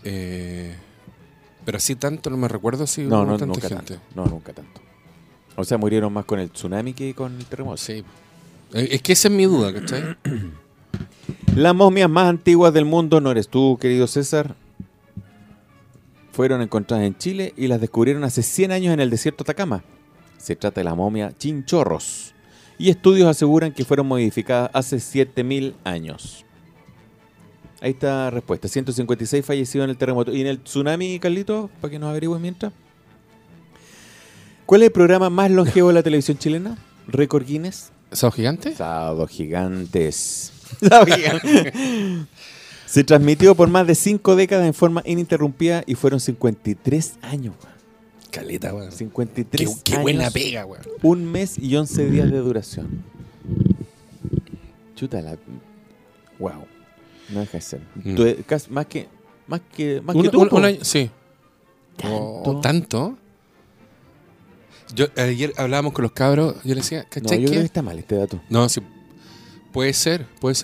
Speaker 3: así tanto no me recuerdo si
Speaker 4: No,
Speaker 3: hubo tanta
Speaker 4: nunca
Speaker 3: gente.
Speaker 4: tanto. No, nunca tanto. O sea, murieron más con el tsunami que con el terremoto.
Speaker 3: Sí. Es que esa es mi duda, ¿cachai?
Speaker 4: Las momias más antiguas del mundo, no eres tú, querido César, fueron encontradas en Chile y las descubrieron hace 100 años en el desierto de Atacama. Se trata de la momia Chinchorros. Y estudios aseguran que fueron modificadas hace 7.000 años. Ahí está la respuesta. 156 fallecidos en el terremoto. ¿Y en el tsunami, Carlito? Para que nos averigüen mientras. ¿Cuál es el programa más longevo de la televisión chilena? ¿Récord Guinness?
Speaker 3: ¿Sábado gigante?
Speaker 4: Sábados Gigantes. Sábados Gigantes. Se transmitió por más de 5 décadas en forma ininterrumpida y fueron 53 años.
Speaker 3: Caleta, weón.
Speaker 4: 53
Speaker 3: Qué
Speaker 4: años.
Speaker 3: buena pega, weón.
Speaker 4: 1 mes y 11 días de duración. Chuta la... Wow. No deja de ser.
Speaker 3: Mm.
Speaker 4: Más que tú. po.
Speaker 3: Un año, sí.
Speaker 4: ¿Tanto?
Speaker 3: ¿Tanto? Yo ayer hablábamos con los cabros, yo les decía,
Speaker 4: No,
Speaker 3: ¿cachai?
Speaker 4: yo creo que
Speaker 3: que
Speaker 4: está mal este dato.
Speaker 3: No, sí. Puede ser.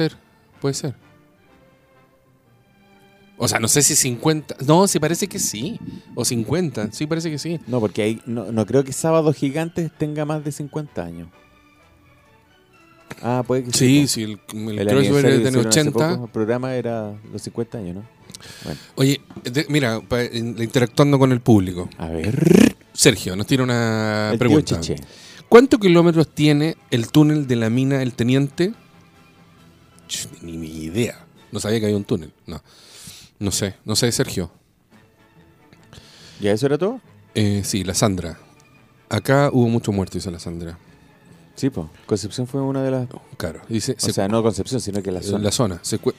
Speaker 3: O sea, no sé si 50. No, sí parece que sí. O 50. Sí, parece que sí.
Speaker 4: No, porque ahí no creo que Sábados Gigantes tenga más de 50 años. Ah, puede que
Speaker 3: Sí,
Speaker 4: po.
Speaker 3: sí. El
Speaker 4: El
Speaker 3: crossover
Speaker 4: aniversario
Speaker 3: tiene
Speaker 4: hicieron hace
Speaker 3: 80.
Speaker 4: poco, el programa era los 50 años, ¿no? Bueno,
Speaker 3: Oye, mira, interactuando con el público.
Speaker 4: a ver.
Speaker 3: Sergio nos tira una
Speaker 4: El tío
Speaker 3: pregunta.
Speaker 4: Chiche.
Speaker 3: ¿Cuántos kilómetros tiene el túnel de la mina El Teniente? Ni idea. No sabía que había un túnel. No sé, Sergio.
Speaker 4: ¿Ya eso era todo?
Speaker 3: Sí, la Sandra. Acá hubo mucho muerto, dice la Sandra.
Speaker 4: Sí, pues. Concepción fue una de las...
Speaker 3: Claro. Dice,
Speaker 4: O sea, no Concepción, sino que la zona.
Speaker 3: la zona.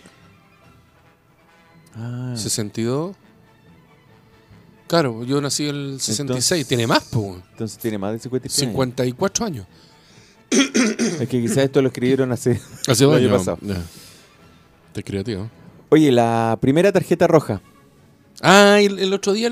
Speaker 4: Ah,
Speaker 3: 62. Claro, yo nací en el 66.
Speaker 4: Entonces-
Speaker 3: Tiene más, pues.
Speaker 4: entonces tiene más de 53 años.
Speaker 3: 54 años.
Speaker 4: Es que quizás esto lo escribieron hace...
Speaker 3: Hace
Speaker 4: El
Speaker 3: 2
Speaker 4: año
Speaker 3: años.
Speaker 4: pasado.
Speaker 3: Ya. Te creativo.
Speaker 4: Oye, la primera tarjeta roja.
Speaker 3: Ah, el otro día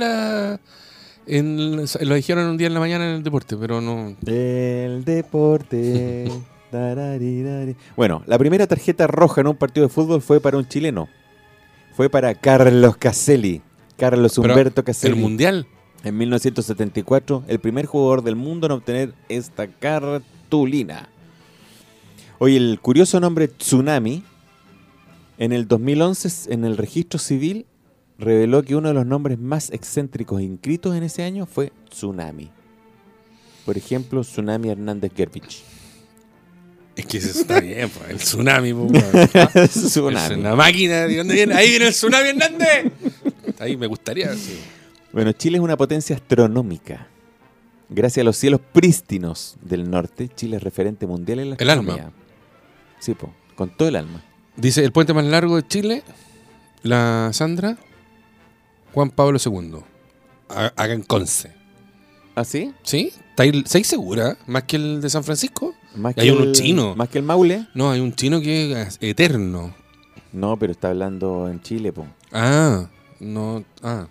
Speaker 3: lo dijeron un día en la mañana en el deporte, pero no.
Speaker 4: El deporte. Dararidari. Bueno, la primera tarjeta roja en un partido de fútbol fue para un chileno. Fue para Carlos Caselli. Carlos
Speaker 3: Pero
Speaker 4: Humberto Caselli.
Speaker 3: el mundial.
Speaker 4: En 1974, el primer jugador del mundo en obtener esta cartulina. Oye, el curioso nombre Tsunami, en el 2011, en el registro civil, reveló que uno de los nombres más excéntricos inscritos en ese año fue Tsunami. Por ejemplo, Tsunami Hernández Gervich.
Speaker 3: Es que eso está bien, pues, el tsunami. Pues,
Speaker 4: Tsunami.
Speaker 3: es una máquina. ¿De dónde viene? Ahí viene el tsunami Hernández. Ahí me gustaría. Sí.
Speaker 4: Bueno, Chile es una potencia astronómica. Gracias a los cielos prístinos del norte, Chile es referente mundial en la
Speaker 3: El alma.
Speaker 4: astronomía. Sí, po, con todo el alma.
Speaker 3: Dice: el puente más largo de Chile, la Sandra, Juan Pablo II. Acá en Conce.
Speaker 4: ¿Ah, sí?
Speaker 3: ¿Sí? ¿Estáis segura? ¿Más que el de San Francisco?
Speaker 4: Más
Speaker 3: Y hay uno chino.
Speaker 4: Más que el Maule.
Speaker 3: No, hay un chino que es eterno.
Speaker 4: No, pero está hablando en Chile, po.
Speaker 3: Ah, no.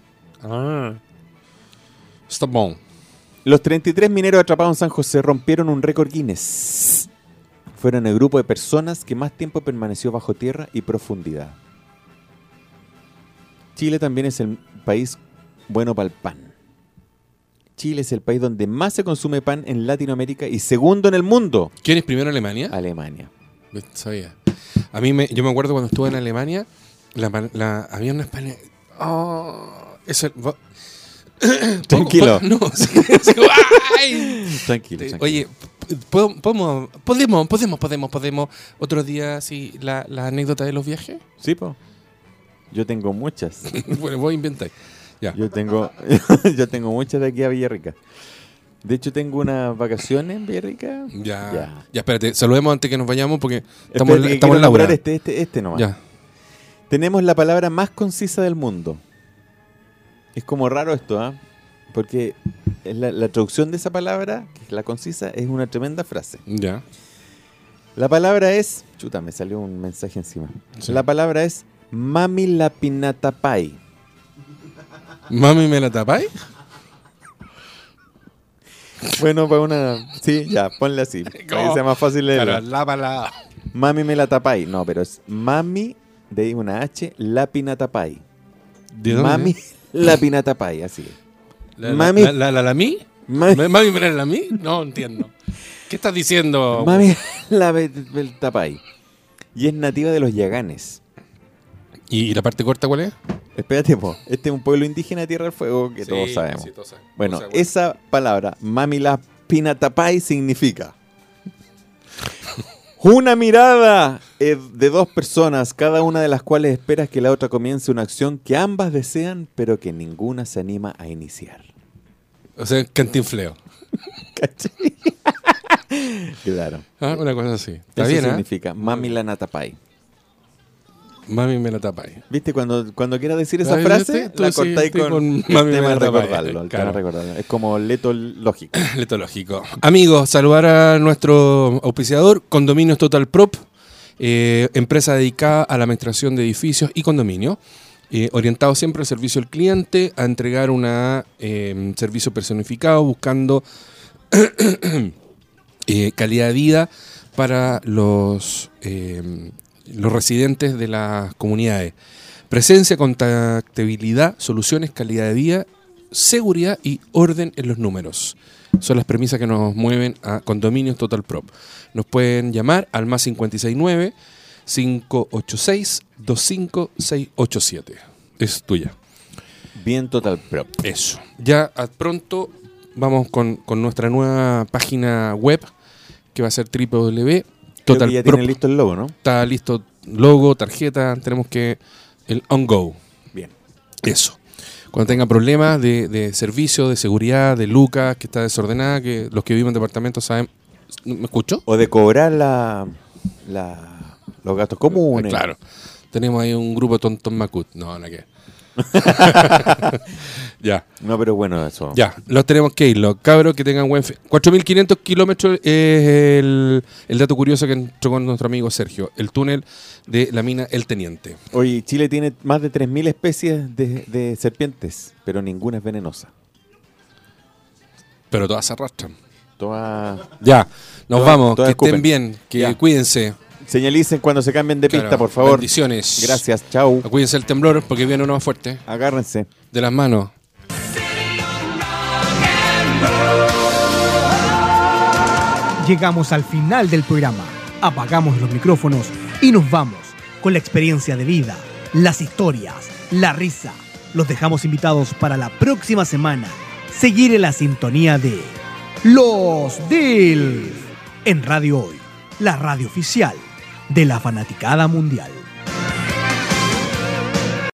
Speaker 3: Está bon.
Speaker 4: Los 33 mineros atrapados en San José rompieron un récord Guinness. Fueron el grupo de personas que más tiempo permaneció bajo tierra y profundidad. Chile también es el país bueno para el pan. Chile es el país donde más se consume pan en Latinoamérica y segundo en el mundo.
Speaker 3: ¿Quién es primero Alemania?
Speaker 4: Alemania.
Speaker 3: Sabía. Yo me acuerdo cuando estuve en Alemania, había unas panes. Oh, eso.
Speaker 4: Tranquilo.
Speaker 3: No, sí, ¡ay!
Speaker 4: Tranquilo.
Speaker 3: Oye, podemos otro día, sí, la anécdota de los viajes.
Speaker 4: Sí, po. Yo tengo muchas.
Speaker 3: Bueno, voy a inventar. Ya.
Speaker 4: Yo tengo muchas de aquí a Villarrica. De hecho, tengo unas vacaciones en Villarrica.
Speaker 3: Ya, espérate, saludemos antes que nos vayamos porque estamos
Speaker 4: Espérate, que
Speaker 3: en
Speaker 4: quiero
Speaker 3: la hora.
Speaker 4: nombrar este nomás.
Speaker 3: Ya.
Speaker 4: Tenemos la palabra más concisa del mundo. Es como raro esto, ¿ah? Porque la traducción de esa palabra, que es la concisa, es una tremenda frase.
Speaker 3: Ya.
Speaker 4: La palabra es... Chuta, me salió un mensaje encima.
Speaker 3: Sí.
Speaker 4: La palabra es Mami Lapinatapai.
Speaker 3: ¿Mami me la tapáis?
Speaker 4: Bueno, para una... Sí, ya, ponle así. Para que sea más fácil leerlo.
Speaker 3: Claro, lávala.
Speaker 4: Mami me la tapai. No, pero es Mami, de ahí una H, Lapinatapai.
Speaker 3: ¿De dónde?
Speaker 4: Mami Lapinatapai, así.
Speaker 3: Mami.
Speaker 4: Mami-
Speaker 3: ¿La mí?
Speaker 4: Mami,
Speaker 3: ¿Mami me la mí? No entiendo. ¿Qué estás diciendo?
Speaker 4: Mami Lapinatapai. Y es nativa de los Yaganes.
Speaker 3: ¿Y la parte corta cuál es?
Speaker 4: Espérate, po. Este es un pueblo indígena de Tierra del Fuego que todos sabemos.
Speaker 3: Sí, todos sabemos.
Speaker 4: Bueno,
Speaker 3: O sea,
Speaker 4: esa palabra, Mami Lapinatapai, significa una mirada de dos personas, cada una de las cuales espera que la otra comience una acción que ambas desean, pero que ninguna se anima a iniciar.
Speaker 3: O sea, cantinfleo.
Speaker 4: ¿Cachai? Claro.
Speaker 3: Ah, una cosa así. Está
Speaker 4: Eso
Speaker 3: bien, ¿eh?
Speaker 4: significa Mami Lanatapai.
Speaker 3: Mami me la tapáis.
Speaker 4: ¿Viste? Cuando quieras decir esa
Speaker 3: Ay,
Speaker 4: frase,
Speaker 3: tú
Speaker 4: la
Speaker 3: sí,
Speaker 4: cortáis
Speaker 3: estoy
Speaker 4: con
Speaker 3: con
Speaker 4: el
Speaker 3: Mami
Speaker 4: tema
Speaker 3: me
Speaker 4: de
Speaker 3: la tapáis.
Speaker 4: recordarlo. El tema
Speaker 3: Claro.
Speaker 4: de recordarlo. Es como leto lógico.
Speaker 3: Letológico. Amigos, saludar a nuestro auspiciador, Condominios Total Prop, empresa dedicada a la administración de edificios y condominios, orientado siempre al servicio al cliente, a entregar un servicio personificado, buscando calidad de vida para los residentes de las comunidades. Presencia, contactabilidad, soluciones, calidad de vida, seguridad y orden en los números. Son las premisas que nos mueven a Condominios Total Prop. Nos pueden llamar al más 569-586-25687. Es tuya.
Speaker 4: Bien Total Prop.
Speaker 3: Eso. Ya pronto vamos con nuestra nueva página web que va a ser
Speaker 4: Creo
Speaker 3: Total
Speaker 4: que ya
Speaker 3: Prop.
Speaker 4: tienen listo el logo, ¿no?
Speaker 3: Está listo logo, tarjeta, tenemos que el on-go.
Speaker 4: Bien.
Speaker 3: Eso. Cuando tenga problemas de servicio, de seguridad, de lucas, que está desordenada, que los que viven en departamentos ¿Me escucho?
Speaker 4: O de cobrar los gastos comunes.
Speaker 3: Claro. Tenemos ahí un grupo de tontos macut. No, no que. Ya.
Speaker 4: No, pero bueno, eso.
Speaker 3: Ya, los tenemos que ir. Los cabros que tengan buen 4.500 kilómetros es el dato curioso que entró con nuestro amigo Sergio. El túnel de la mina El Teniente.
Speaker 4: Oye, Chile tiene más de 3.000 especies de serpientes, pero ninguna es venenosa.
Speaker 3: Pero todas se arrastran.
Speaker 4: Todas
Speaker 3: Ya, nos
Speaker 4: Todas-
Speaker 3: vamos.
Speaker 4: todas
Speaker 3: Que estén
Speaker 4: escupen.
Speaker 3: bien. Que
Speaker 4: Ya.
Speaker 3: cuídense.
Speaker 4: señalicen cuando se cambien de pista,
Speaker 3: Claro,
Speaker 4: por favor.
Speaker 3: bendiciones.
Speaker 4: Gracias, chau.
Speaker 3: Cuídense el temblor porque viene uno más fuerte.
Speaker 4: Agárrense.
Speaker 3: De las manos.
Speaker 1: Llegamos al final del programa. Apagamos los micrófonos y nos vamos con la experiencia de vida, las historias, la risa. Los dejamos invitados para la próxima semana. Seguir en la sintonía de Los DILF en Radio Hoy, la radio oficial de la fanaticada mundial.